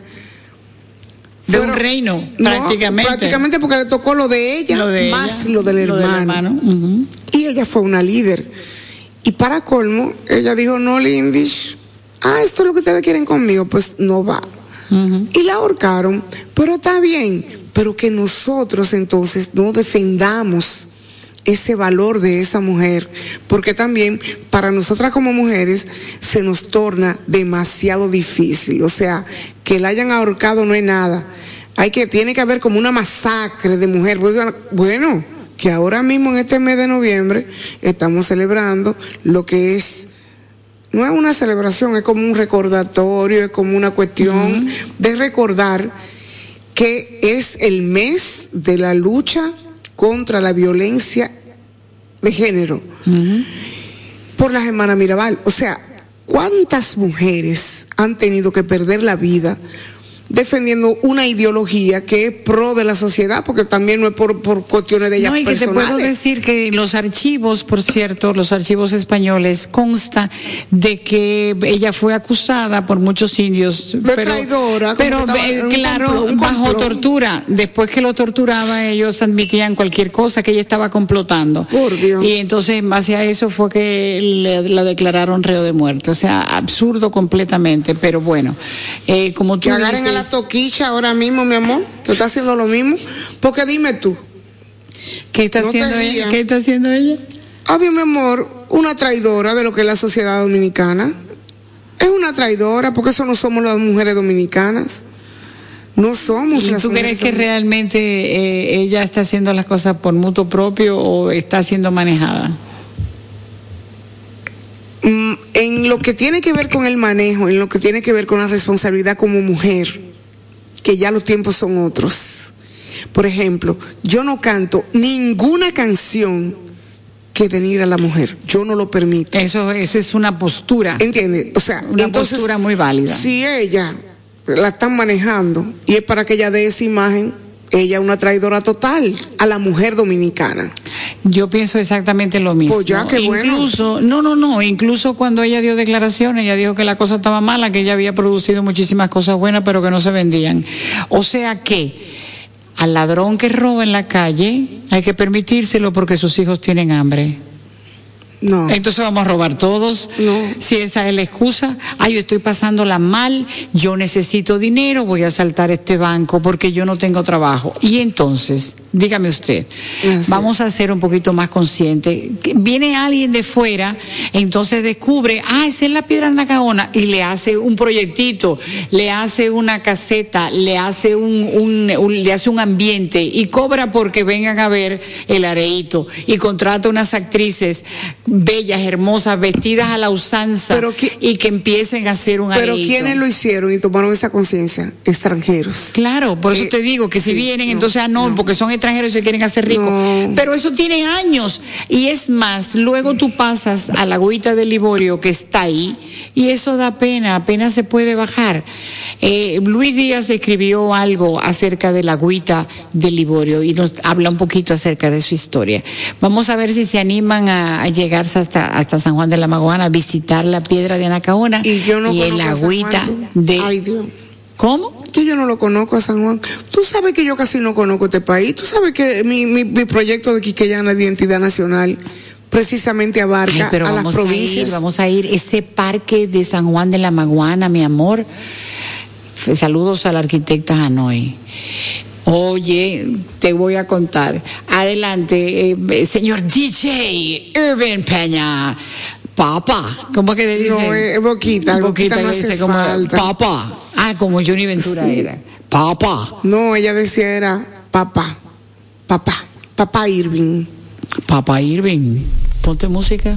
de Pero, un reino, no, prácticamente. Prácticamente porque le tocó lo de ella, lo de más ella, lo del lo hermano. Del hermano. Uh-huh. Y ella fue una líder. Y para colmo, ella dijo, no, Lindish, ah, esto es lo que ustedes quieren conmigo, pues no va. Uh-huh. Y la ahorcaron, pero está bien, pero que nosotros entonces no defendamos ese valor de esa mujer, porque también para nosotras como mujeres se nos torna demasiado difícil. O sea, que la hayan ahorcado no es nada, hay que, tiene que haber como una masacre de mujer. Bueno, que ahora mismo en este mes de noviembre estamos celebrando lo que es, no es una celebración, es como un recordatorio, es como una cuestión uh-huh. de recordar que es el mes de la lucha contra la violencia de género uh-huh. por las hermanas Mirabal. O sea, ¿cuántas mujeres han tenido que perder la vida defendiendo una ideología que es pro de la sociedad, porque también no es por, por cuestiones de ellas no, y personales? Que te puedo decir que los archivos, por cierto, los archivos españoles, consta de que ella fue acusada por muchos indios. De pero, traidora. Pero, eh, claro, complot, bajo tortura. Después que lo torturaba, ellos admitían cualquier cosa, que ella estaba complotando. Por Dios. Y entonces, en base a eso, fue que le, la declararon reo de muerte. O sea, absurdo completamente, pero bueno. Eh, como tú que agarren dices, a la toquicha ahora mismo, mi amor, que está haciendo lo mismo, porque dime tú, ¿qué está no haciendo ella? ¿Qué está haciendo ella? Obvio, mi amor, una traidora de lo que es la sociedad dominicana. Es una traidora, porque eso no somos las mujeres dominicanas. No somos ¿Y las tú mujeres crees que realmente eh, ella está haciendo las cosas por mutuo propio o está siendo manejada? En lo que tiene que ver con el manejo, en lo que tiene que ver con la responsabilidad como mujer, que ya los tiempos son otros. Por ejemplo, yo no canto ninguna canción que denigra a la mujer. Yo no lo permito. Eso, eso es una postura. ¿Entiendes? O sea, una entonces, postura muy válida. Si ella la están manejando y es para que ella dé esa imagen, ella es una traidora total a la mujer dominicana. Yo pienso exactamente lo mismo. Pues ya, qué bueno. Incluso, no, no, no, incluso cuando ella dio declaraciones, ella dijo que la cosa estaba mala, que ella había producido muchísimas cosas buenas, pero que no se vendían. O sea que al ladrón que roba en la calle hay que permitírselo porque sus hijos tienen hambre. No. Entonces vamos a robar todos. No. Si esa es la excusa, ay, yo estoy pasándola mal, yo necesito dinero, voy a asaltar este banco porque yo no tengo trabajo. Y entonces, dígame usted, Así. vamos a ser un poquito más conscientes. Viene alguien de fuera, entonces descubre, ah, esa es la piedra Anacaona, y le hace un proyectito, le hace una caseta, le hace un, un, un le hace un ambiente y cobra porque vengan a ver el areíto y contrata unas actrices bellas, hermosas, vestidas a la usanza, pero que, y que empiecen a hacer un Pero areíto. ¿quiénes lo hicieron y tomaron esa conciencia? Extranjeros. Claro, por eso eh, te digo que sí, si vienen, no, entonces ah, no, no, porque son extranjeros. extranjeros y se quieren hacer ricos. No. Pero eso tiene años. Y es más, luego tú pasas a la agüita de Liborio que está ahí y eso da pena, apenas se puede bajar. Eh, Luis Díaz escribió algo acerca de la agüita de Liborio y nos habla un poquito acerca de su historia. Vamos a ver si se animan a, a llegar hasta, hasta San Juan de la Maguana, a visitar la piedra de Anacaona Y yo no y el conozco a San agüita Juan. de... Ay, Dios. ¿Cómo? Que yo no lo conozco a San Juan. Tú sabes que yo casi no conozco este país. Tú sabes que mi, mi, mi proyecto de Quiqueyana de Identidad Nacional precisamente abarca Ay, pero a las vamos provincias. a ir, vamos a ir. Ese parque de San Juan de la Maguana, mi amor. F- Saludos a la arquitecta Hanoi. Oye, te voy a contar. Adelante, eh, señor D J Irving Peña. Papa, ¿cómo que le dicen? No, es Boquita, Boquita no le hace dice como falta. Papa. Ah, como Johnny Ventura Sí. era. Papa. No, ella decía era papá, papá, papá Irving. Papa Irving. Ponte música.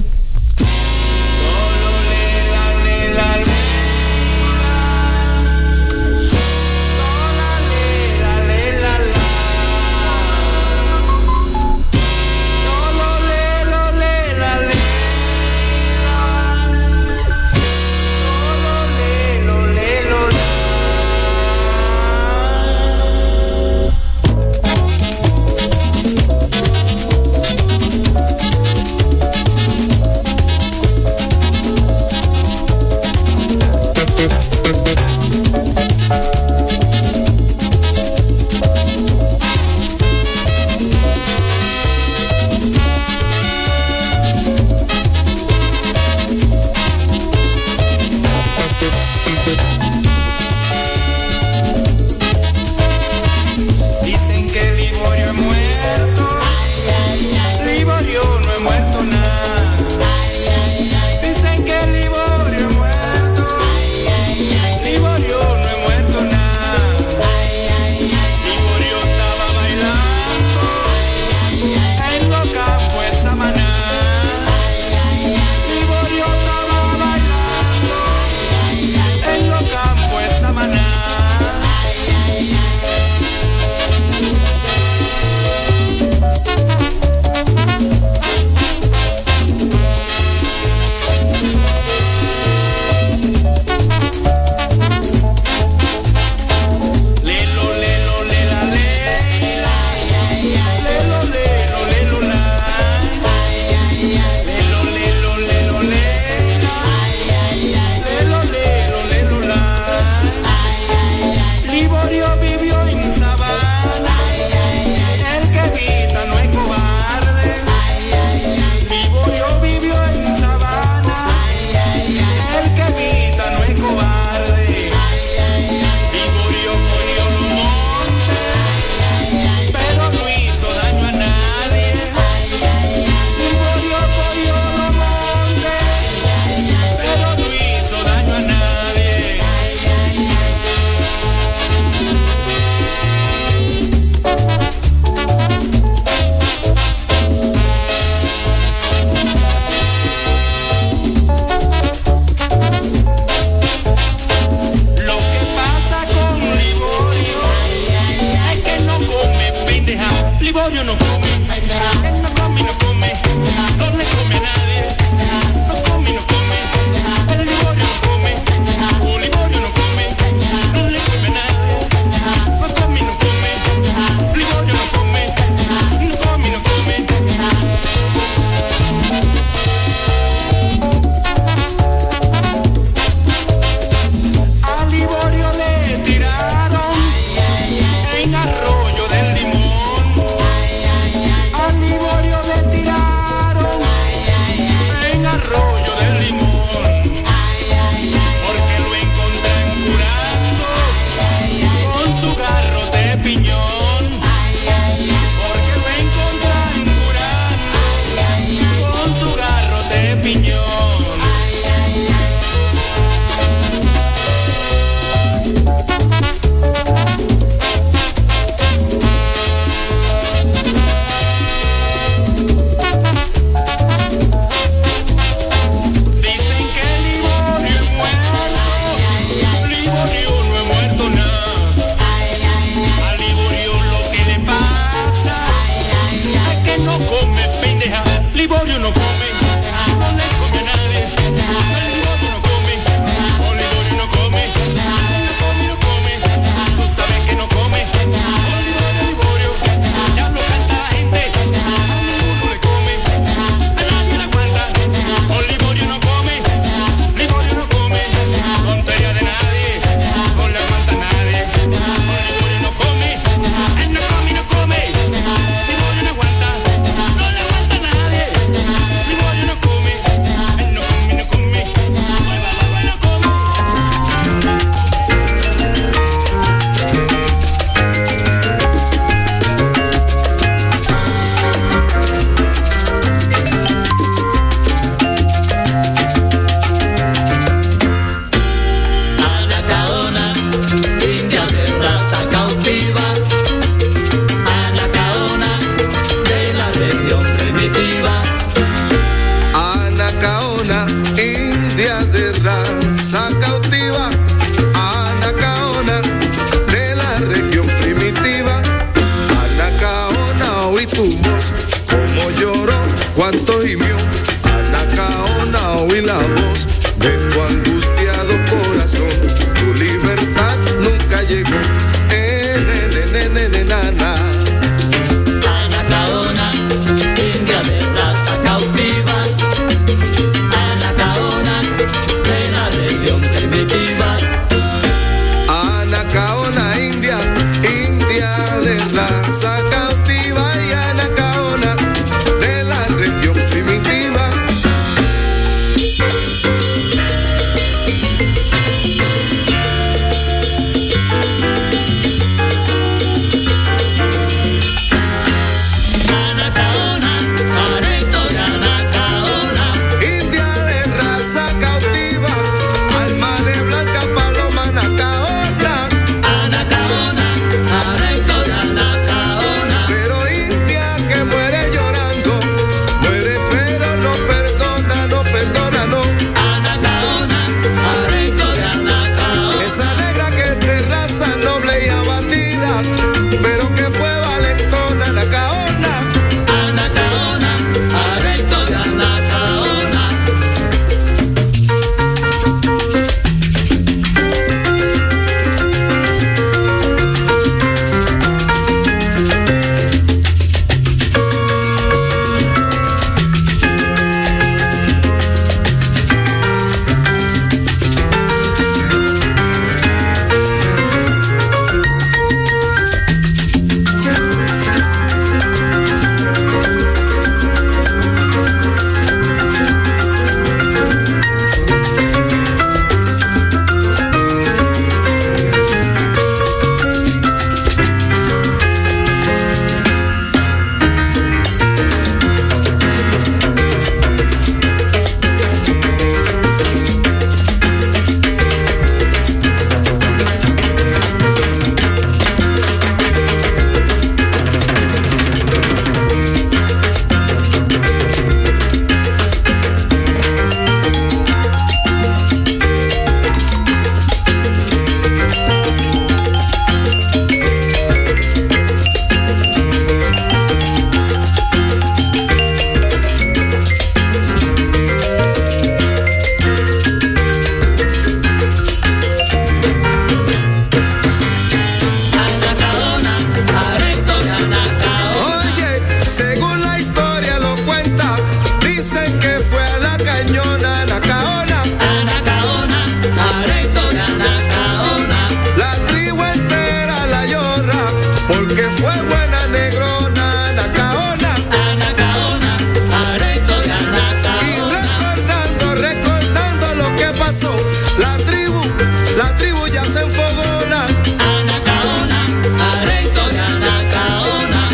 porque fue buena negrona, Anacaona. Anacaona, areito de Anacaona. Y recordando, recordando lo que pasó, la tribu, la tribu ya se enfogona. Anacaona, areito de Anacaona.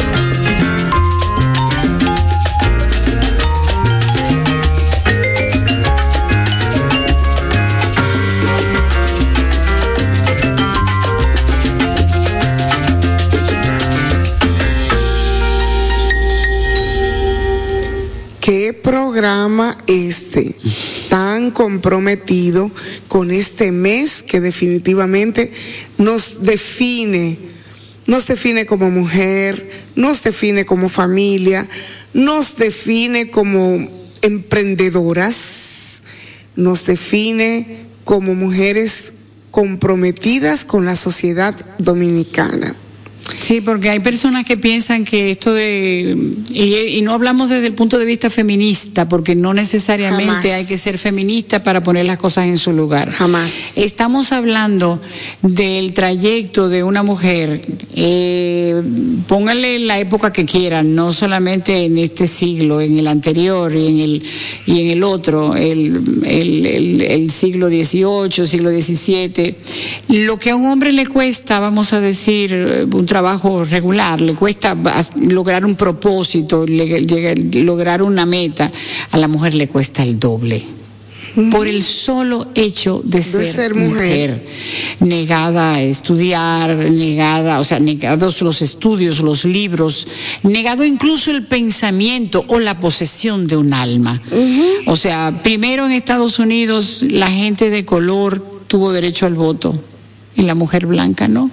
¿Qué programa este tan comprometido con este mes que definitivamente nos define, nos define como mujer, nos define como familia, nos define como emprendedoras, nos define como mujeres comprometidas con la sociedad dominicana? Sí, porque hay personas que piensan que esto de, y, y no hablamos desde el punto de vista feminista, porque no necesariamente Jamás. hay que ser feminista para poner las cosas en su lugar. Jamás. Estamos hablando del trayecto de una mujer, eh, pónganle la época que quieran, no solamente en este siglo, en el anterior y en el, y en el otro, el, el, el, el siglo dieciocho, siglo diecisiete, lo que a un hombre le cuesta, vamos a decir, un trabajo regular, le cuesta lograr un propósito, le, le, lograr una meta, a la mujer le cuesta el doble. Uh-huh. Por el solo hecho de, de ser, ser mujer. mujer, negada a estudiar, negada, o sea, negados los estudios, los libros, negado incluso el pensamiento o la posesión de un alma. Uh-huh. O sea, primero en Estados Unidos la gente de color tuvo derecho al voto y la mujer blanca no.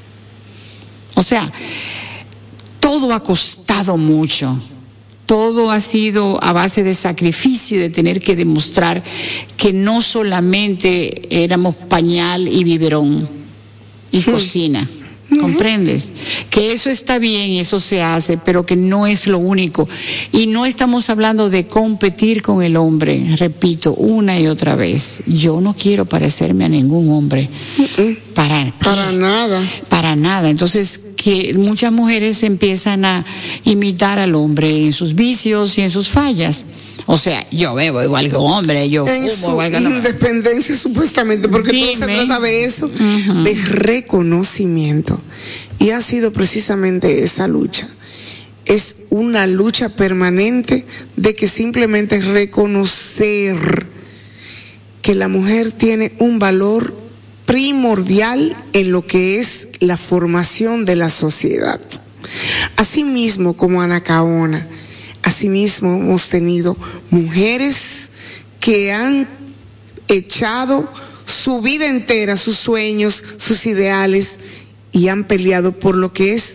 O sea, todo ha costado mucho, todo ha sido a base de sacrificio y de tener que demostrar que no solamente éramos pañal y biberón y uh-huh. cocina, ¿comprendes? Uh-huh. Que eso está bien, eso se hace, pero que no es lo único. Y no estamos hablando de competir con el hombre, repito, una y otra vez. Yo no quiero parecerme a ningún hombre. Uh-uh. Para, para nada. Para nada. Entonces, que muchas mujeres empiezan a imitar al hombre en sus vicios y en sus fallas. O sea, yo bebo igual que un hombre, yo en fumo su igual que un hombre. Independencia, supuestamente, porque Dime. todo se trata de eso, uh-huh. de reconocimiento. Y ha sido precisamente esa lucha. Es una lucha permanente de que simplemente reconocer que la mujer tiene un valor primordial en lo que es la formación de la sociedad. Asimismo, como Anacaona, asimismo hemos tenido mujeres que han echado su vida entera, sus sueños, sus ideales, y han peleado por lo que es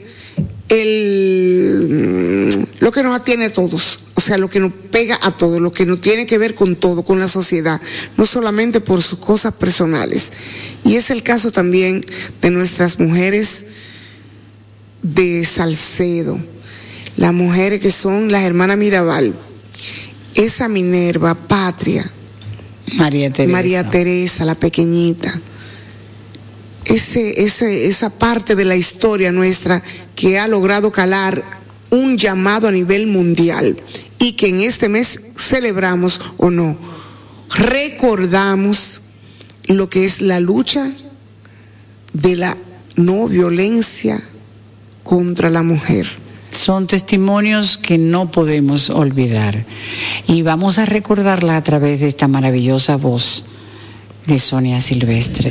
el lo que nos atiene a todos, o sea, lo que nos pega a todos, lo que nos tiene que ver con todo, con la sociedad, no solamente por sus cosas personales. Y es el caso también de nuestras mujeres de Salcedo, las mujeres que son las hermanas Mirabal, esa Minerva, Patria, María Teresa, María Teresa, la pequeñita. Ese, ese, esa parte de la historia nuestra que ha logrado calar un llamado a nivel mundial y que en este mes celebramos o no, recordamos lo que es la lucha de la no violencia contra la mujer. Son testimonios que no podemos olvidar y vamos a recordarla a través de esta maravillosa voz de Sonia Silvestre.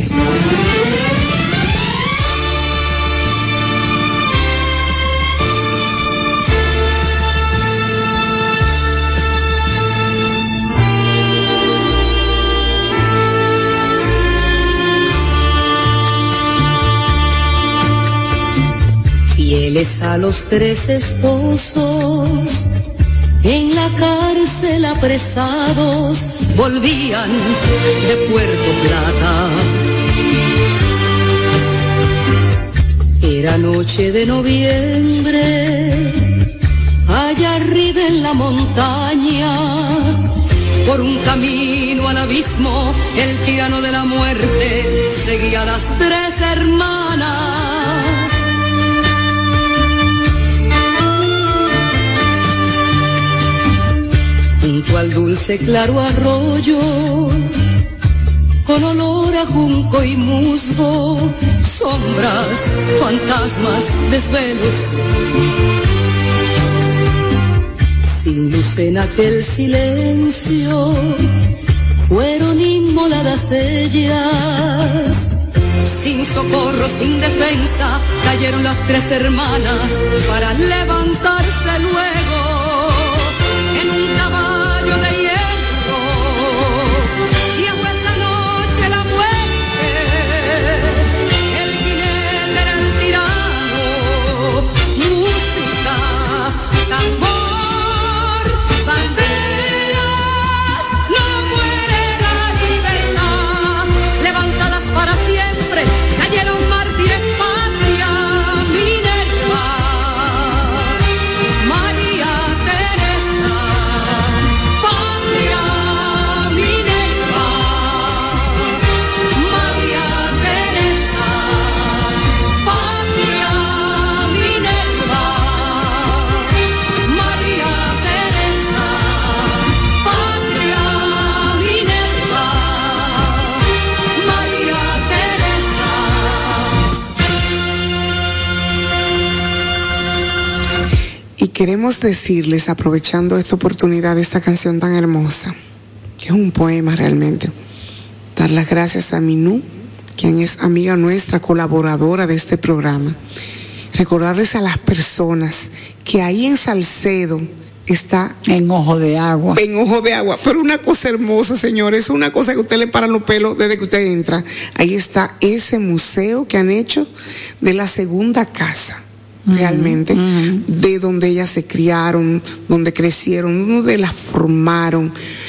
Fieles a los tres esposos, en la cárcel apresados, volvían de Puerto Plata. Era noche de noviembre, allá arriba en la montaña, por un camino al abismo, el tirano de la muerte seguía a las tres hermanas. dulce claro arroyo, con olor a junco y musgo, sombras, fantasmas, desvelos. Sin luz en aquel silencio, fueron inmoladas ellas. Sin socorro, sin defensa, cayeron las tres hermanas para levantarse luego en un caballo de hierro. Llegó esa noche la muerte, el jinete era el tirano. Música, tambor, banderas, no muere la libertad. Levantadas para siempre, cayeron mártires, patria, Minerva, María Teresa, patria, Minerva, María Teresa, patria, Minerva, María Teresa, patria, Minerva, María Teresa. Y queremos decirles, aprovechando esta oportunidad de esta canción tan hermosa, que es un poema realmente, dar las gracias a Minú, quien es amiga nuestra, colaboradora de este programa. Recordarles a las personas que ahí en Salcedo está En Ojo de Agua. en Ojo de Agua, pero una cosa hermosa, señores, una cosa que a usted le paran los pelos desde que usted entra. Ahí está ese museo que han hecho de la segunda casa, realmente, de donde ellas se criaron, donde crecieron, donde las formaron.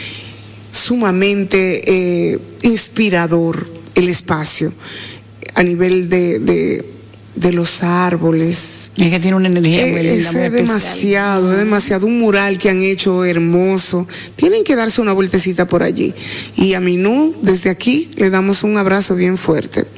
Sumamente eh, inspirador el espacio a nivel de, de, de los árboles. Es que tiene una energía muy linda, Eh, muy ese es especial. demasiado, es demasiado. Un mural que han hecho hermoso. Tienen que darse una vueltecita por allí. Y a Minú, desde aquí, le damos un abrazo bien fuerte.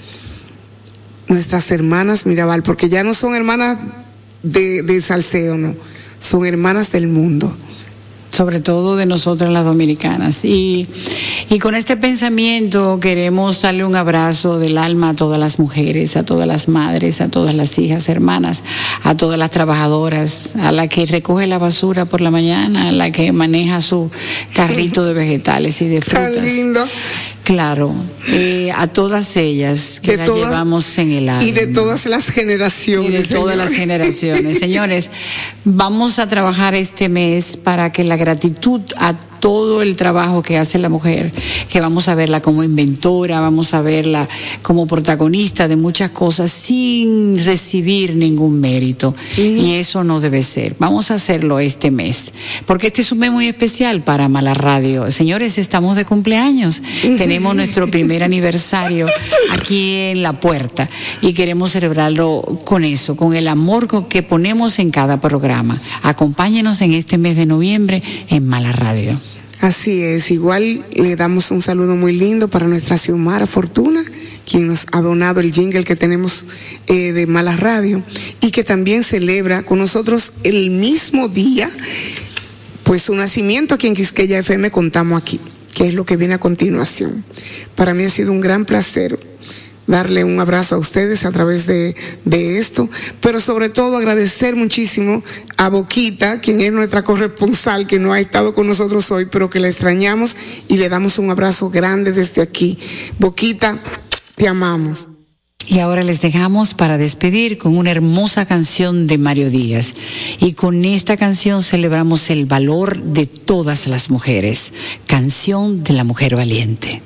Nuestras hermanas Mirabal, porque ya no son hermanas de, de Salcedo, no. Son hermanas del mundo. Sobre todo de nosotras las dominicanas. Y, y con este pensamiento queremos darle un abrazo del alma a todas las mujeres, a todas las madres, a todas las hijas, hermanas, a todas las trabajadoras, a la que recoge la basura por la mañana, a la que maneja su carrito de vegetales y de frutas. Tan lindo. Claro, eh, a todas ellas que De las todas- llevamos en el alma. Y de todas las generaciones. Y de todas las señores. generaciones. Señores, vamos a trabajar este mes para que la gratitud a todo el trabajo que hace la mujer, que vamos a verla como inventora, vamos a verla como protagonista de muchas cosas sin recibir ningún mérito. Y eso no debe ser. Vamos a hacerlo este mes, porque este es un mes muy especial para Mala Radio. Señores, estamos de cumpleaños. Tenemos nuestro primer aniversario aquí en la puerta y queremos celebrarlo con eso, con el amor con que ponemos en cada programa. Acompáñenos en este mes de noviembre en Mala Radio. Así es, igual le damos un saludo muy lindo para nuestra Xiomara Fortuna, quien nos ha donado el jingle que tenemos eh, de Mala Radio y que también celebra con nosotros el mismo día, pues su nacimiento aquí en Quisqueya F M. Contamos aquí, que es lo que viene a continuación. Para mí ha sido un gran placer darle un abrazo a ustedes a través de, de esto, pero sobre todo agradecer muchísimo a Boquita, quien es nuestra corresponsal, que no ha estado con nosotros hoy, pero que la extrañamos y le damos un abrazo grande desde aquí. Boquita, te amamos. Y ahora les dejamos para despedir con una hermosa canción de Mario Díaz. Y con esta canción celebramos el valor de todas las mujeres. Canción de la mujer valiente.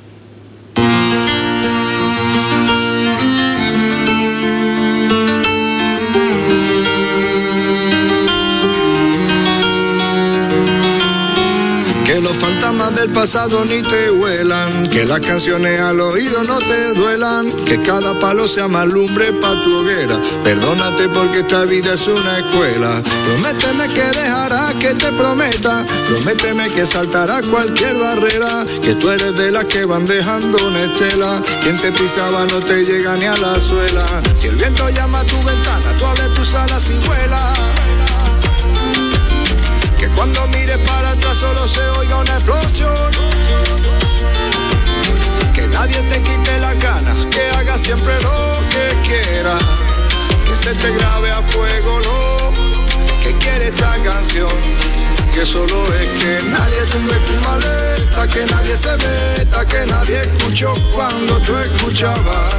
Que los fantasmas del pasado ni te huelan, que las canciones al oído no te duelan, que cada palo sea más lumbre pa' tu hoguera. Perdónate porque esta vida es una escuela. Prométeme que dejarás que te prometa, prométeme que saltarás cualquier barrera, que tú eres de las que van dejando una estela, quien te pisaba no te llega ni a la suela. Si el viento llama a tu ventana, tú abres tus alas y vuelas. Que cuando mires para atrás solo se oiga una explosión. se te grabe a fuego lo que quiere esta canción. Que solo es que nadie tumbe tu maleta, que nadie se meta, que nadie escuchó cuando tú escuchabas.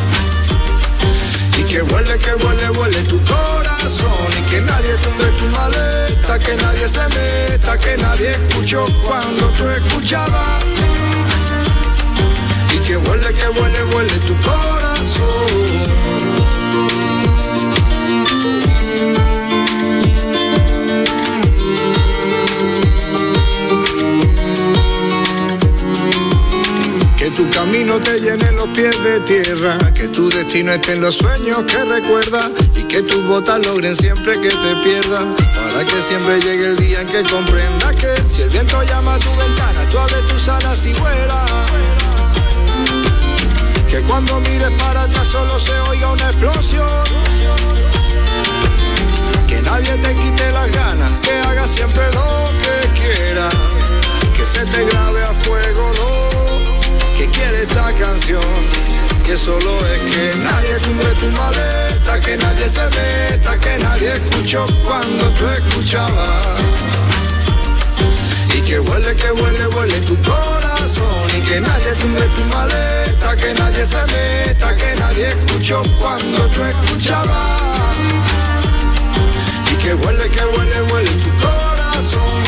Y que huele, que huele, huele tu corazón. Y que nadie tumbe tu maleta, que nadie se meta, que nadie escuchó cuando tú escuchabas. Y que huele, que huele, huele tu corazón. Que tu camino te llene los pies de tierra, que tu destino esté en los sueños que recuerdas y que tus botas logren siempre que te pierdas, para que siempre llegue el día en que comprendas que si el viento llama a tu ventana, tú abres tus alas y vuelas. Que cuando mires para atrás solo se oiga una explosión. Que nadie te quite las ganas, que hagas siempre lo que quieras, que se te grabe a fuego lo que quiere esta canción. Que solo es que nadie tumbe tu maleta, que nadie se meta, que nadie escuchó cuando tú escuchabas. Y que huele, que huele, huele tu corazón. Y que nadie tumbe tu maleta, que nadie se meta, que nadie escuchó cuando tú escuchabas. Y que huele, que huele, huele tu corazón.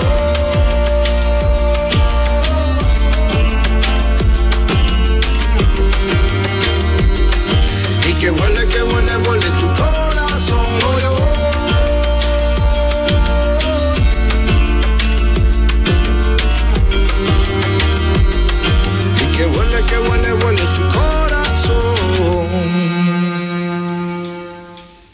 Que huele, que huele, huele tu corazón, oh, oh. Y que huele, que huele, huele tu corazón.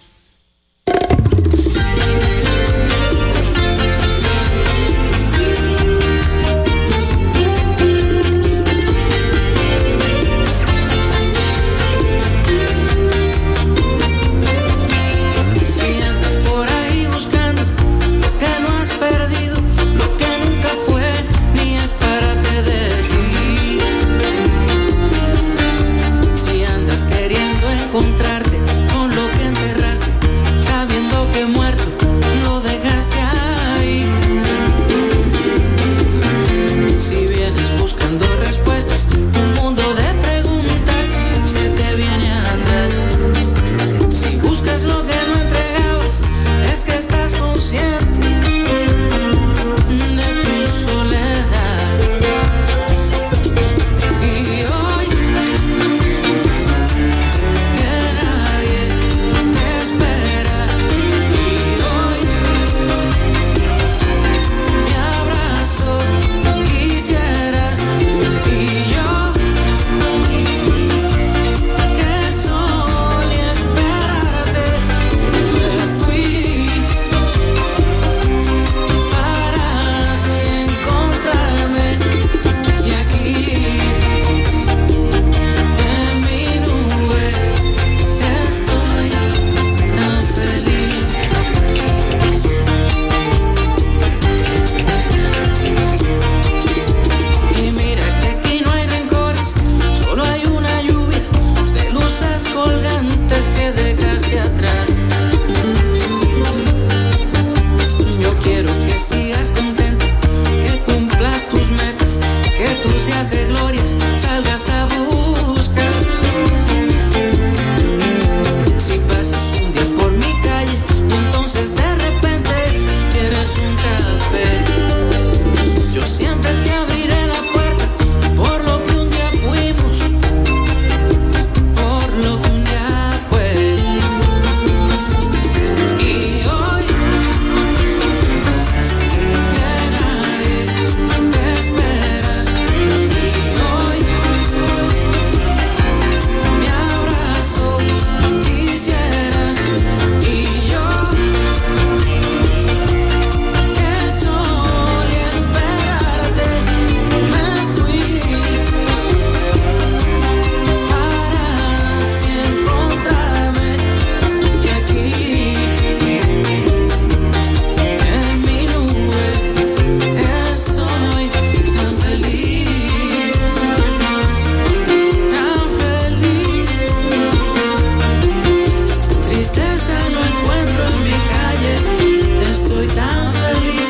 sonrisa no encuentro en mi calle. Estoy tan feliz.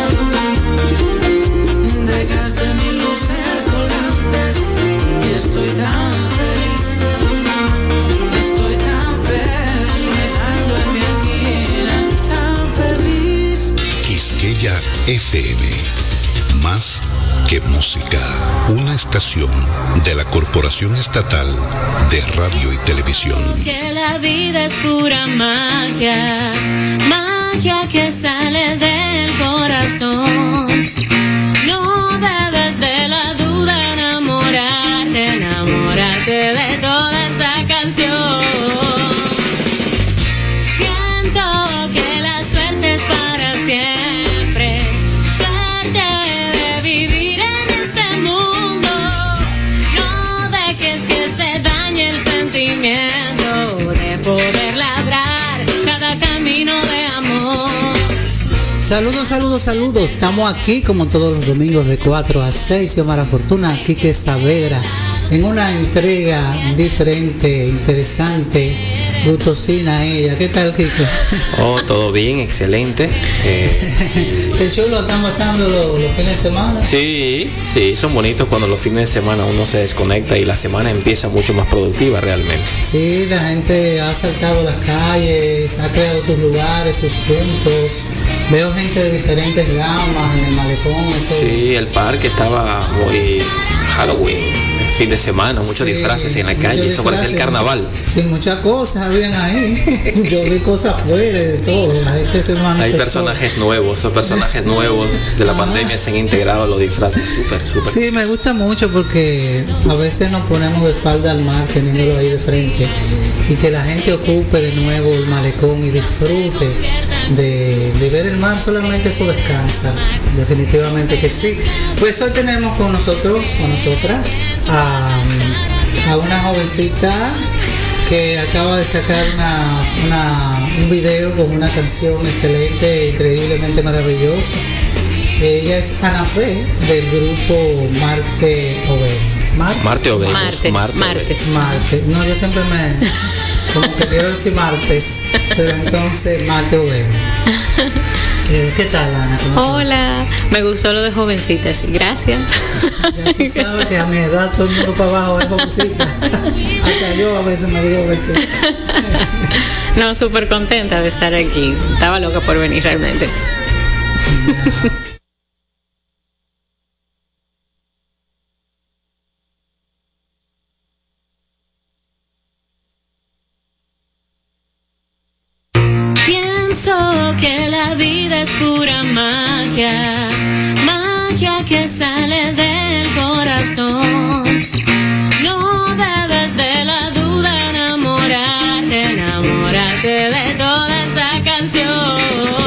Dejaste mis luces colgantes y estoy tan feliz. Estoy tan feliz, dejando en mi esquina, tan feliz. Quisqueya F M, más que música, una estación de la Corporación Estatal de Radio y Televisión. Que la vida es pura magia, magia que sale del corazón. No debes de la duda enamorarte, enamorarte de toda esta canción. Siento que la suerte es para siempre, suerte de vivir en este mundo. No dejes que se dañe el sentimiento de poder labrar cada camino de amor. Saludos, saludos, saludos. Estamos aquí como todos los domingos de cuatro a seis. Xiomara Fortuna, Quique Saavedra, en una entrega diferente, interesante, gustosina ella. ¿Qué tal, Quique? Oh, todo bien, excelente. Eh... ¿El show lo están pasando los, los fines de semana? Sí, sí, son bonitos cuando los fines de semana uno se desconecta y la semana empieza mucho más productiva realmente. Sí, la gente ha saltado las calles, ha creado sus lugares, sus puntos. Veo gente de diferentes gamas en el malecón. Eso. Sí, el parque estaba muy Halloween. Fin de semana, muchos sí, disfraces en la calle, eso parece el carnaval. Y muchas cosas habían ahí. Yo vi cosas fuera de todo. La gente se manifestó. Hay personajes nuevos, esos personajes nuevos de la ah. pandemia se han integrado a los disfraces, súper, súper. Sí, me gusta mucho porque a veces nos ponemos de espalda al mar teniéndolo ahí de frente y que la gente ocupe de nuevo el malecón y disfrute de, de ver el mar, solamente eso descansa. Definitivamente que sí. Pues hoy tenemos con nosotros, con nosotras, a, a una jovencita que acaba de sacar una, una, un video con una canción excelente, increíblemente maravillosa. Ella es Ana Fe, del grupo Marte Obed. Marte, Marte Obed. Marte, Marte. Marte. Marte. No, yo siempre me... como que quiero decir martes, pero entonces Marte Obed. ¿Qué tal, Ana? Hola, me gustó lo de jovencita, sí, gracias. Ya tú sabes que a mi edad todo el mundo para abajo es jovencita. Hasta yo a veces me digo jovencita. No, súper contenta de estar aquí. Estaba loca por venir realmente. Pienso que la vida es pura magia, magia que sale del corazón. No debes de la duda enamorarte, enamorarte de toda esta canción.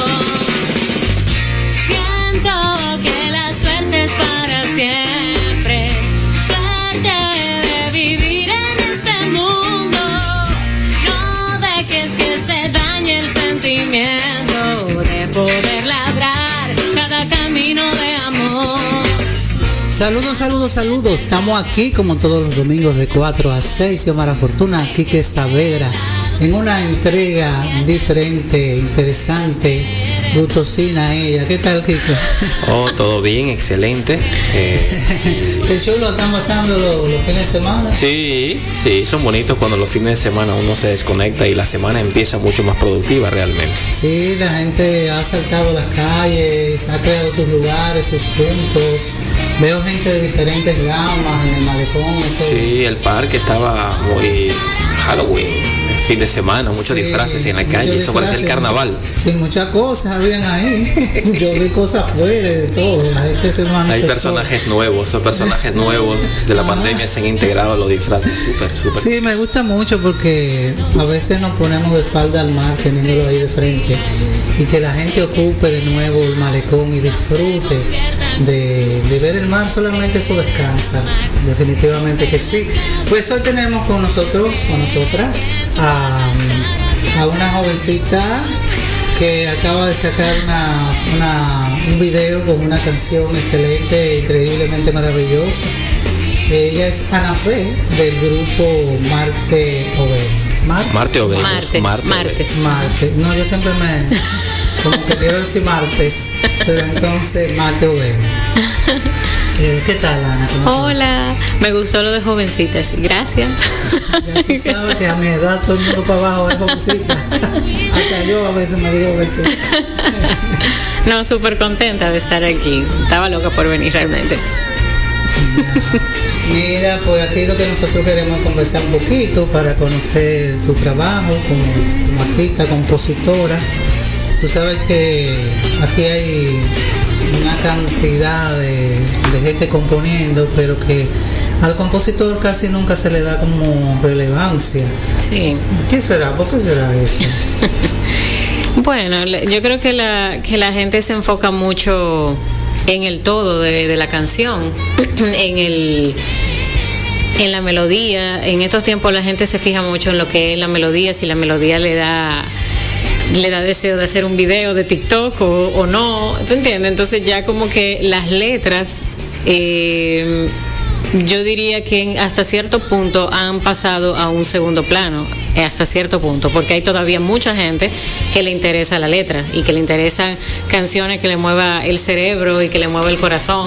Siento que la suerte es para siempre, suerte de vivir en este mundo. No dejes que se dañe el sentimiento de poder labrar cada camino de amor. Saludos, saludos, saludos. Estamos aquí como todos los domingos de cuatro a seis. Xiomara Fortuna, Quique Saavedra, en una entrega diferente, interesante, gustosina ella. ¿Qué tal, Quique? Oh, todo bien, excelente. Eh... ¿El show lo están pasando los, los fines de semana? Sí, sí, son bonitos cuando los fines de semana uno se desconecta y la semana empieza mucho más productiva realmente. Sí, la gente ha saltado las calles, ha creado sus lugares, sus puntos. Veo gente de diferentes gamas en el malecón. Eso. Sí, el parque estaba muy Halloween. Fin de semana, muchos sí, disfraces en la calle, eso parece el carnaval. Y muchas cosas habían ahí. Yo vi cosas fuera de todo. La gente se manifestó. Hay personajes nuevos, esos personajes nuevos de la ah. pandemia se han integrado a los disfraces, súper, súper. Sí, me gusta mucho porque a veces nos ponemos de espalda al mar teniéndolo ahí de frente y que la gente ocupe de nuevo el malecón y disfrute de, de ver el mar, solamente eso descansa. Definitivamente que sí. Pues hoy tenemos con nosotros, con nosotras, a, a una jovencita que acaba de sacar una, una, un video con una canción excelente, increíblemente maravillosa. Ella es Ana Fe, del grupo Marte Obed. Marte, Marte o Venus. Marte, Marte. Marte. Marte. No, yo siempre me. Como que quiero decir martes, pero entonces Marte o Venus. Eh, ¿Qué tal, Ana? ¿Cómo te va? Hola, me gustó lo de jovencitas, gracias. Ya tú sabes que a mi edad todo el mundo para abajo es jovencita. Hasta yo a veces me digo jovencita. No, súper contenta de estar aquí. Estaba loca por venir realmente. Mira, pues aquí lo que nosotros queremos es conversar un poquito para conocer tu trabajo como, como artista, compositora. Tú sabes que aquí hay una cantidad de, de gente componiendo, pero que al compositor casi nunca se le da como relevancia. Sí. ¿Qué será? ¿Por qué será eso? Bueno, le- yo creo que la, que la gente se enfoca mucho en el todo de, de la canción, en el en la melodía. En estos tiempos la gente se fija mucho en lo que es la melodía, si la melodía le da le da deseo de hacer un video de TikTok o, o no, ¿tú entiendes? Entonces ya como que las letras, eh, yo diría que en- hasta cierto punto han pasado a un segundo plano, eh, hasta cierto punto, porque hay todavía mucha gente que le interesa la letra y que le interesan canciones que le mueva el cerebro y que le mueva el corazón.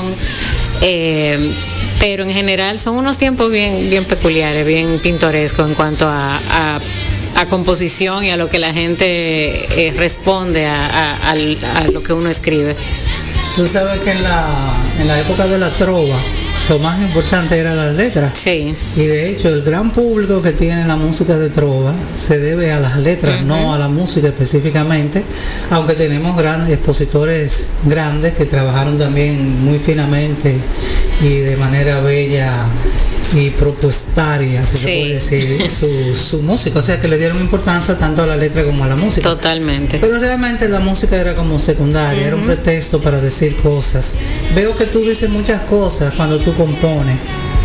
Eh, pero en general son unos tiempos bien, bien peculiares, bien pintorescos en cuanto a, a a composición y a lo que la gente eh, responde a, a- al- a lo que uno escribe. Tú sabes que en la, en la época de la trova, lo más importante era las letras. Sí. Y de hecho, el gran público que tiene la música de trova se debe a las letras, Ujú. no a la música específicamente, aunque tenemos grandes expositores grandes que trabajaron también muy finamente y de manera bella y propuestaria, si se Sí. puede decir, su, su música, o sea que le dieron importancia tanto a la letra como a la música. Totalmente. Pero realmente la música era como secundaria, era un pretexto para decir cosas. Veo que tú dices muchas cosas cuando tú compones.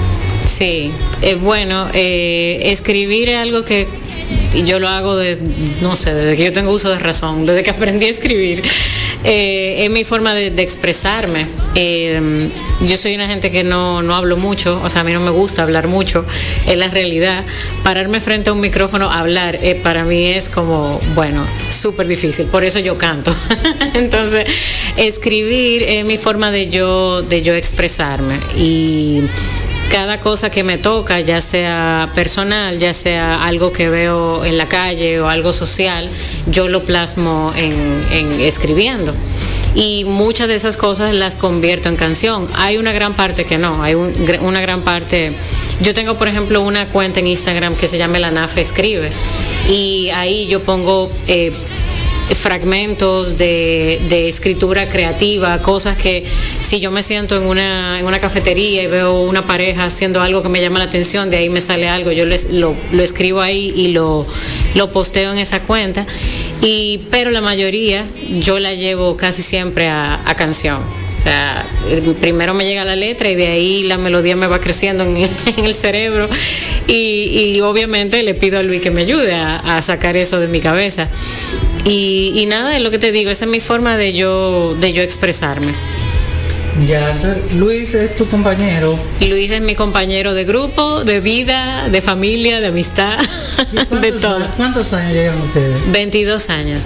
Sí, es bueno, eh, escribir es algo que yo lo hago de, no sé, desde que yo tengo uso de razón, desde que aprendí a escribir. Eh, es mi forma de, de expresarme. Eh, yo soy una gente que no, no hablo mucho, o sea, a mí no me gusta hablar mucho, es la realidad. Pararme frente a un micrófono a hablar, eh, para mí es como, bueno, súper difícil, por eso yo canto. Entonces, escribir es mi forma de yo, de yo expresarme. Y cada cosa que me toca, ya sea personal, ya sea algo que veo en la calle o algo social, yo lo plasmo en, en escribiendo. Y muchas de esas cosas las convierto en canción. Hay una gran parte que no, hay un- una gran parte. Yo tengo, por ejemplo, una cuenta en Instagram que se llama La Nafe Escribe, y ahí yo pongo eh, fragmentos de, de escritura creativa, cosas que si yo me siento en una, en una cafetería y veo una pareja haciendo algo que me llama la atención, de ahí me sale algo, yo les- lo, lo escribo ahí y lo, lo posteo en esa cuenta. Y, pero la mayoría yo la llevo casi siempre a, a canción. O sea, eh, primero me llega la letra y de ahí la melodía me va creciendo en, en el cerebro, y, y obviamente le pido a Luis que me ayude a, a sacar eso de mi cabeza. Y, y nada, es lo que te digo, esa es mi forma de yo, de yo expresarme. Ya, entonces, Luis es tu compañero. Luis es mi compañero de grupo, de vida, de familia, de amistad, de todo. ¿Cuántos años llegan ustedes? veintidós años.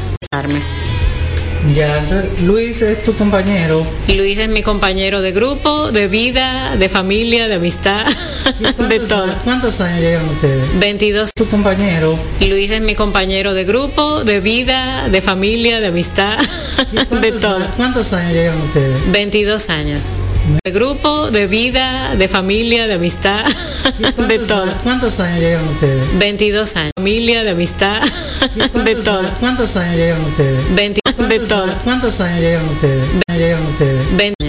Ya, entonces, Luis es tu compañero. Luis es mi compañero de grupo, de vida, de familia, de amistad, de todo. ¿Cuántos años llegan ustedes? veintidós. Tu compañero. Luis es mi compañero de grupo, de vida, de familia, de amistad, de todo. ¿Cuántos años llegan ustedes? veintidós años. De grupo, de vida, de familia, de amistad, de todo. ¿Cuántos años llegan ustedes? veintidós años. Familia, de amistad, de todo. ¿Cuántos años llegan ustedes? veinte de todo. ¿Cuántos años llegan ustedes? Llegan ustedes. veinte